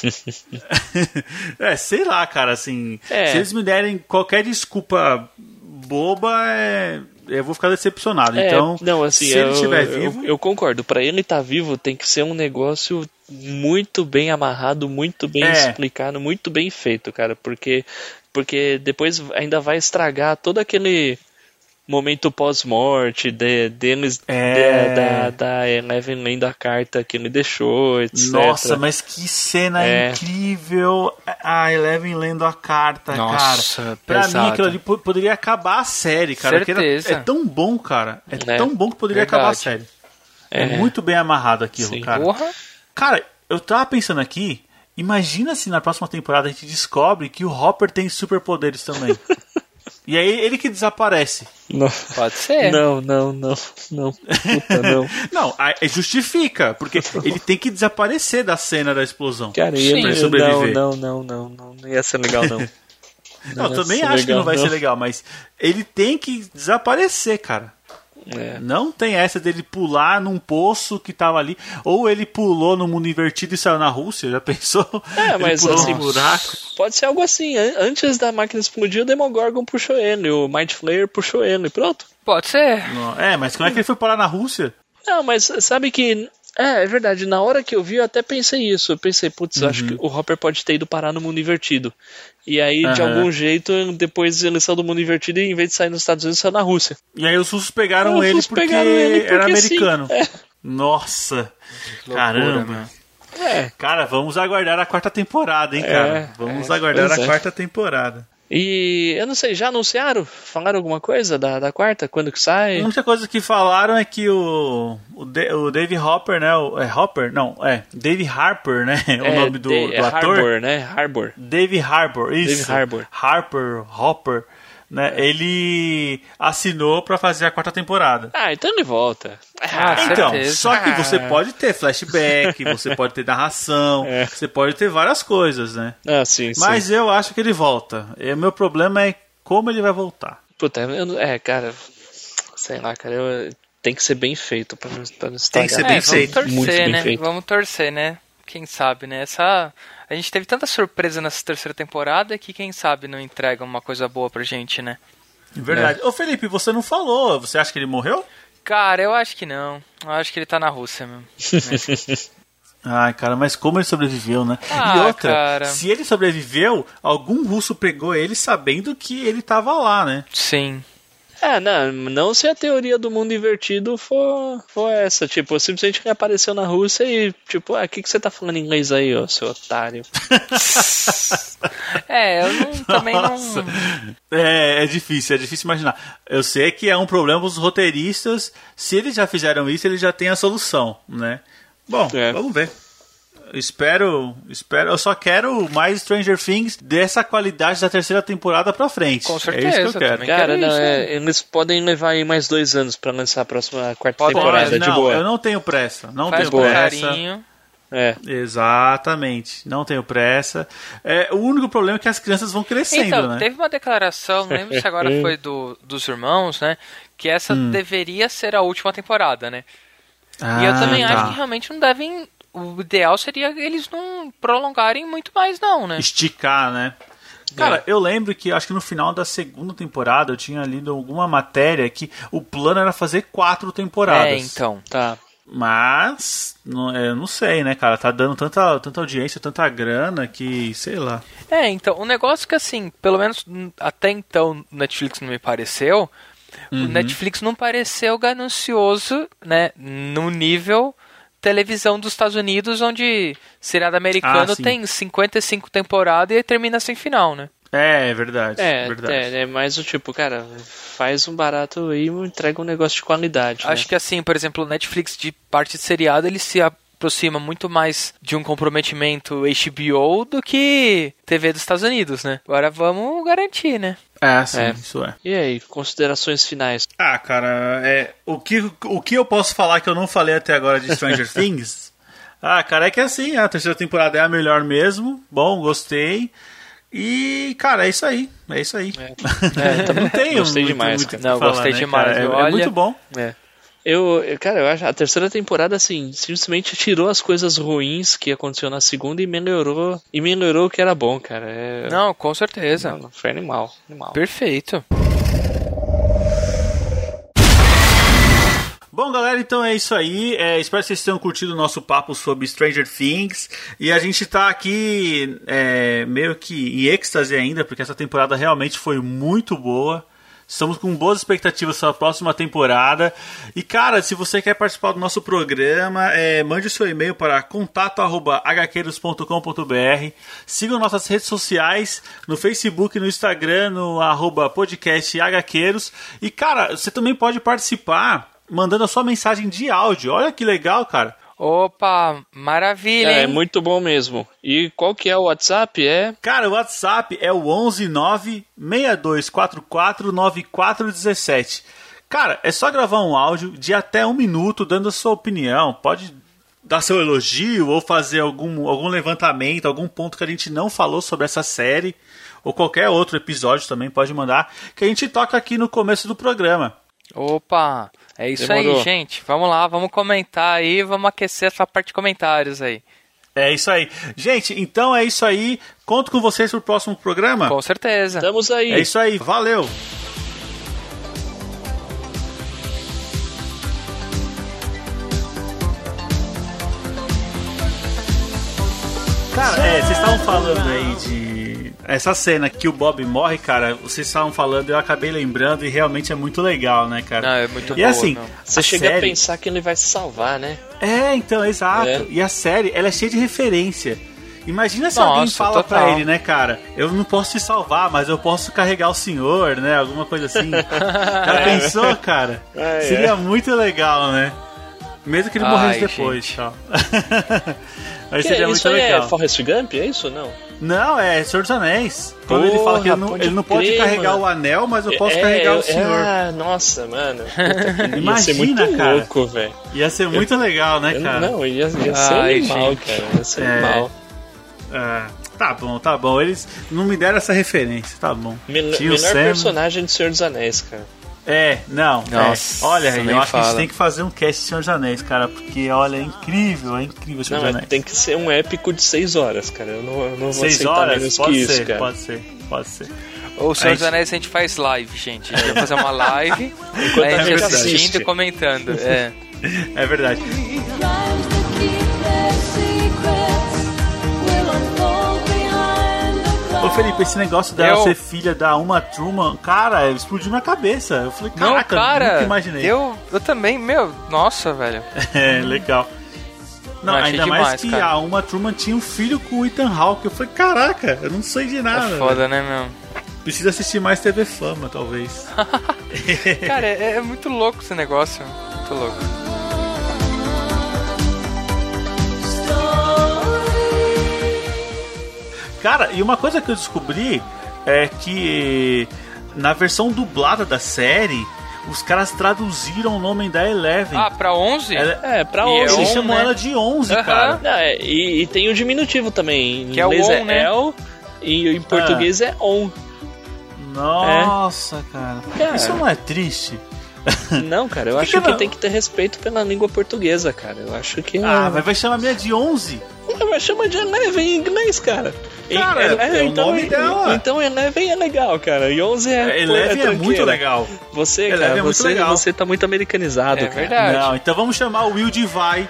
Sei lá, cara, assim. Se eles me derem qualquer desculpa boba, eu vou ficar decepcionado. Então, não, assim, se ele estiver vivo. Eu concordo, pra ele estar vivo tem que ser um negócio muito bem amarrado, muito bem explicado, muito bem feito, cara. Porque depois ainda vai estragar todo aquele momento pós-morte deles, da Eleven lendo a carta que ele deixou, etc. Nossa, mas que cena incrível a Eleven lendo a carta, cara. Pra mim, aquilo ali poderia acabar a série, cara. Certeza. É tão bom, cara. Tão bom que poderia acabar a série. É muito bem amarrado aquilo, Sim. cara. Porra. Cara, eu tava pensando aqui, imagina se na próxima temporada a gente descobre que o Hopper tem superpoderes também. E aí ele que desaparece. Não. Pode ser. Não. Puta, não. Não, justifica, porque ele tem que desaparecer da cena da explosão. Cara, pra sobreviver. Não ia ser legal, não. Eu também acho que não vai ser legal, mas ele tem que desaparecer, cara. Não tem essa dele pular num poço que tava ali, ou ele pulou no mundo invertido e saiu na Rússia, já pensou? Mas ele pulou assim, num buraco. pode ser algo assim, antes da máquina explodir, o Demogorgon puxou ele, o Mind Flayer puxou ele, pronto. Pode ser. Mas como é que ele foi parar na Rússia? Não, mas sabe que... É verdade, na hora que eu vi eu até pensei isso. Eu pensei, putz, acho que o Hopper pode ter ido parar no mundo invertido. E aí, de algum jeito, depois ele saiu do mundo invertido e em vez de sair nos Estados Unidos, saiu na Rússia. E aí os russos pegaram ele porque era americano. Nossa, caramba. Cara, vamos aguardar a quarta temporada, hein, cara? Vamos aguardar a quarta temporada. E eu não sei, já anunciaram? Falaram alguma coisa da quarta? Quando que sai? A única coisa que falaram é que o Dave Hopper, né? Dave Harper, né? O nome do ator. Harbour, né? Harbour. Dave Harbour, isso. Dave Harbour. Hopper, né? Ele assinou pra fazer a quarta temporada. Então ele volta. Então, certeza. só que você pode ter flashback, você pode ter narração, você pode ter várias coisas, né? Sim. Mas eu acho que ele volta. Meu problema é como ele vai voltar. Puta, cara, sei lá, cara, tem que ser bem feito pra não estragar. Tem que ser bem feito. Vamos torcer, Muito bem né? feito. Vamos torcer, né? Quem sabe, né? A gente teve tanta surpresa nessa terceira temporada que quem sabe não entrega uma coisa boa pra gente, né? Verdade. Ô Felipe, você não falou. Você acha que ele morreu? Cara, eu acho que não. Eu acho que ele tá na Rússia mesmo. Ai, cara, mas como ele sobreviveu, né? Ah, e outra, cara. se ele sobreviveu, algum russo pegou ele sabendo que ele tava lá, né? Sim. Não se a teoria do mundo invertido for essa. Tipo, simplesmente ele apareceu na Rússia e, tipo, o que você tá falando inglês aí, ó, seu otário? Eu também não... É difícil imaginar. Eu sei que é um problema os roteiristas. Se eles já fizeram isso, eles já têm a solução, né? Bom, vamos ver. Espero. Eu só quero mais Stranger Things dessa qualidade da terceira temporada pra frente. Com certeza. É isso que eu quero. Cara, eles podem levar aí mais 2 anos pra lançar a quarta temporada de boa. Eu não tenho pressa. Faz com carinho. Exatamente. Não tenho pressa. O único problema é que as crianças vão crescendo, então, né? Teve uma declaração, não lembro se agora foi dos irmãos, né? Que essa deveria ser a última temporada, né? E eu também acho que realmente não devem... O ideal seria eles não prolongarem muito mais, não, né? Esticar, né? Cara, eu lembro que acho que no final da segunda temporada eu tinha lido alguma matéria que o plano era fazer 4 temporadas. Então. Tá. Mas, eu não sei, né, cara? Tá dando tanta audiência, tanta grana que, sei lá. Então, o negócio que, assim, pelo menos até então, o Netflix não me pareceu. O Netflix não pareceu ganancioso, né? No nível televisão dos Estados Unidos, onde seriado americano tem 55 temporadas e termina sem final, né? É verdade. É mais o tipo, cara, faz um barato e entrega um negócio de qualidade. Acho que assim, por exemplo, o Netflix de parte de seriado, ele se aproxima muito mais de um comprometimento HBO do que TV dos Estados Unidos, né? Agora vamos garantir, né? Isso é. E aí, considerações finais? Cara, o que eu posso falar que eu não falei até agora de Stranger Things? Cara, é que assim, a terceira temporada é a melhor mesmo. Bom, gostei. E, cara, é isso aí. Não tenho gostei demais, muito cara. Não, falar, gostei né, demais. Cara? É muito bom. Eu acho a terceira temporada, assim, simplesmente tirou as coisas ruins que aconteceu na segunda e melhorou o que era bom, cara. Não, com certeza. Não, foi animal. Perfeito. Bom, galera, então é isso aí. Espero que vocês tenham curtido o nosso papo sobre Stranger Things. E a gente tá aqui meio que em êxtase ainda, porque essa temporada realmente foi muito boa. Estamos com boas expectativas para a próxima temporada. E, cara, se você quer participar do nosso programa, mande o seu e-mail para contato@hqueiros.com.br. Sigam nossas redes sociais, no Facebook, no Instagram, no @podcasthqueiros. E, cara, você também pode participar mandando a sua mensagem de áudio. Olha que legal, cara. Opa, maravilha, hein? É muito bom mesmo. E qual que é o WhatsApp? Cara, o WhatsApp é o 11962449417. Cara, é só gravar um áudio de até 1 minuto dando a sua opinião. Pode dar seu elogio ou fazer algum levantamento, algum ponto que a gente não falou sobre essa série, ou qualquer outro episódio também pode mandar, que a gente toca aqui no começo do programa. Opa, é isso aí, gente. Vamos lá, vamos comentar aí, vamos aquecer essa parte de comentários aí. É isso aí. Gente, então é isso aí. Conto com vocês pro próximo programa? Com certeza. Estamos aí. É isso aí, valeu. Cara, vocês estavam falando aí de... Essa cena que o Bob morre, cara, vocês estavam falando, eu acabei lembrando e realmente é muito legal, né, cara? Não, é muito boa. E assim, você chega a pensar que ele vai se salvar, né? Então, exato. E a série, ela é cheia de referência. Imagina se alguém fala total. pra ele, né, cara? Eu não posso te salvar, mas eu posso carregar o senhor, né? Alguma coisa assim. Já pensou, cara? Seria muito legal, né? Mesmo que ele morresse depois, tal. Mas seria muito legal. É Forrest Gump, é isso ou não? Não, é Senhor dos Anéis. Quando ele fala que ele não pode carregar o anel, mas eu posso carregar o senhor. Nossa, mano. Imagina, ia ser muito cara. louco, velho. Ia ser muito legal, né, cara? Não, ia ser animal, cara. Ia ser animal. Tá bom. Eles não me deram essa referência, tá bom. Melhor personagem de Senhor dos Anéis, cara. Nossa, olha, eu acho que a gente tem que fazer um cast de Senhor dos Anéis, cara, porque, olha, é incrível Senhor dos Anéis. Tem que ser um épico de 6 horas, cara, eu não vou 6 aceitar horas? menos Pode que ser, isso, cara. Pode ser. Ou Senhor dos Anéis a gente faz live, gente. A gente vai fazer uma live, enquanto a gente assiste assistindo e comentando. É verdade. Felipe, esse negócio dela ser filha da Uma Thurman, cara, explodiu minha cabeça. Eu falei, caraca, não, cara, nunca imaginei. Eu também, nossa, velho. É, legal. Não, ainda demais, mais que cara. a Uma Thurman tinha um filho com o Ethan Hawke. Eu falei, caraca, eu não sei de nada. É foda, velho. né, meu? Precisa assistir mais TV Fama, talvez. Cara, é muito louco esse negócio. Muito louco. Cara, e uma coisa que eu descobri é que na versão dublada da série, os caras traduziram o nome da Eleven. Ah, pra 11? Pra E 11. Eles on, chamam né? ela de 11, Aham. cara. Não, e tem o diminutivo também. Em Que é o inglês on, né? El, e em português é on. Nossa, cara. Cara. Isso não é triste? Não, cara, eu Por acho que que não? tem que ter respeito pela língua portuguesa, cara. Eu acho que... Ah, mas vai chamar a minha de 11? Mas chama de Eleven em inglês, cara. Cara, é o nome dela. Então Eleven é legal, cara. E 11 é... Eleven é muito tranqueira. legal. Você, Eleven cara, é muito legal. você tá muito americanizado, É cara. verdade. Não, então vamos chamar o Will de Vai.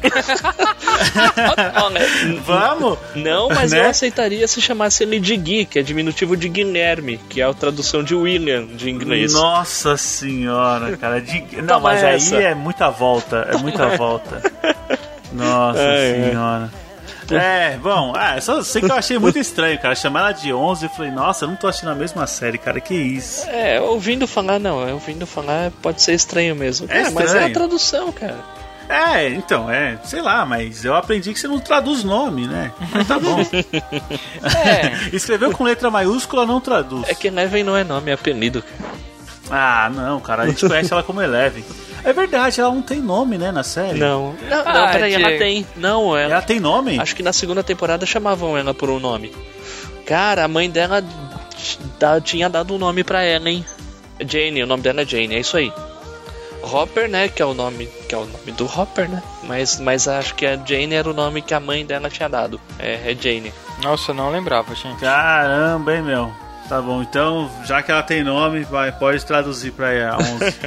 Olha, Vamos? não, mas Né? eu aceitaria se chamasse ele de Gui, que é diminutivo de Guilherme, que é a tradução de William de inglês. Nossa senhora, cara. Não, Toma mas essa. aí é muita volta. É muita volta. Nossa senhora. Bom, só sei que eu achei muito estranho, cara. Chamar ela de 11, eu falei, nossa, eu não tô assistindo a mesma série, cara. Que isso? Ouvindo falar pode ser estranho mesmo. É Mas é a estranho. tradução, cara. Então, sei lá, mas eu aprendi que você não traduz nome, né? Mas tá bom. Escreveu com letra maiúscula, não traduz. É que Eleven não é nome, é apelido, cara. Ah, não, cara, a gente conhece ela como Eleven. É verdade, ela não tem nome, né, na série? Não, peraí, Diego. ela tem. Não, Ela tem nome? Acho que na segunda temporada chamavam ela por um nome. Cara, a mãe dela tinha dado um nome pra ela, hein? Jane, o nome dela é Jane, é isso aí. Hopper, né, que é o nome do Hopper, né? Mas acho que a Jane era o nome que a mãe dela tinha dado. É Jane. Nossa, eu não lembrava, gente. Caramba, hein, meu. Tá bom, então, já que ela tem nome, pode traduzir pra ela, 11.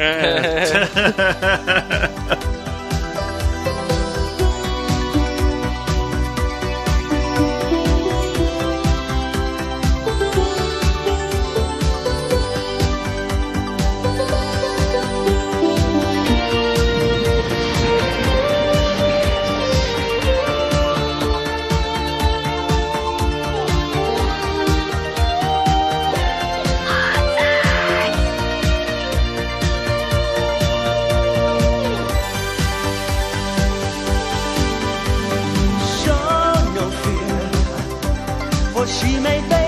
Show no fear, for she may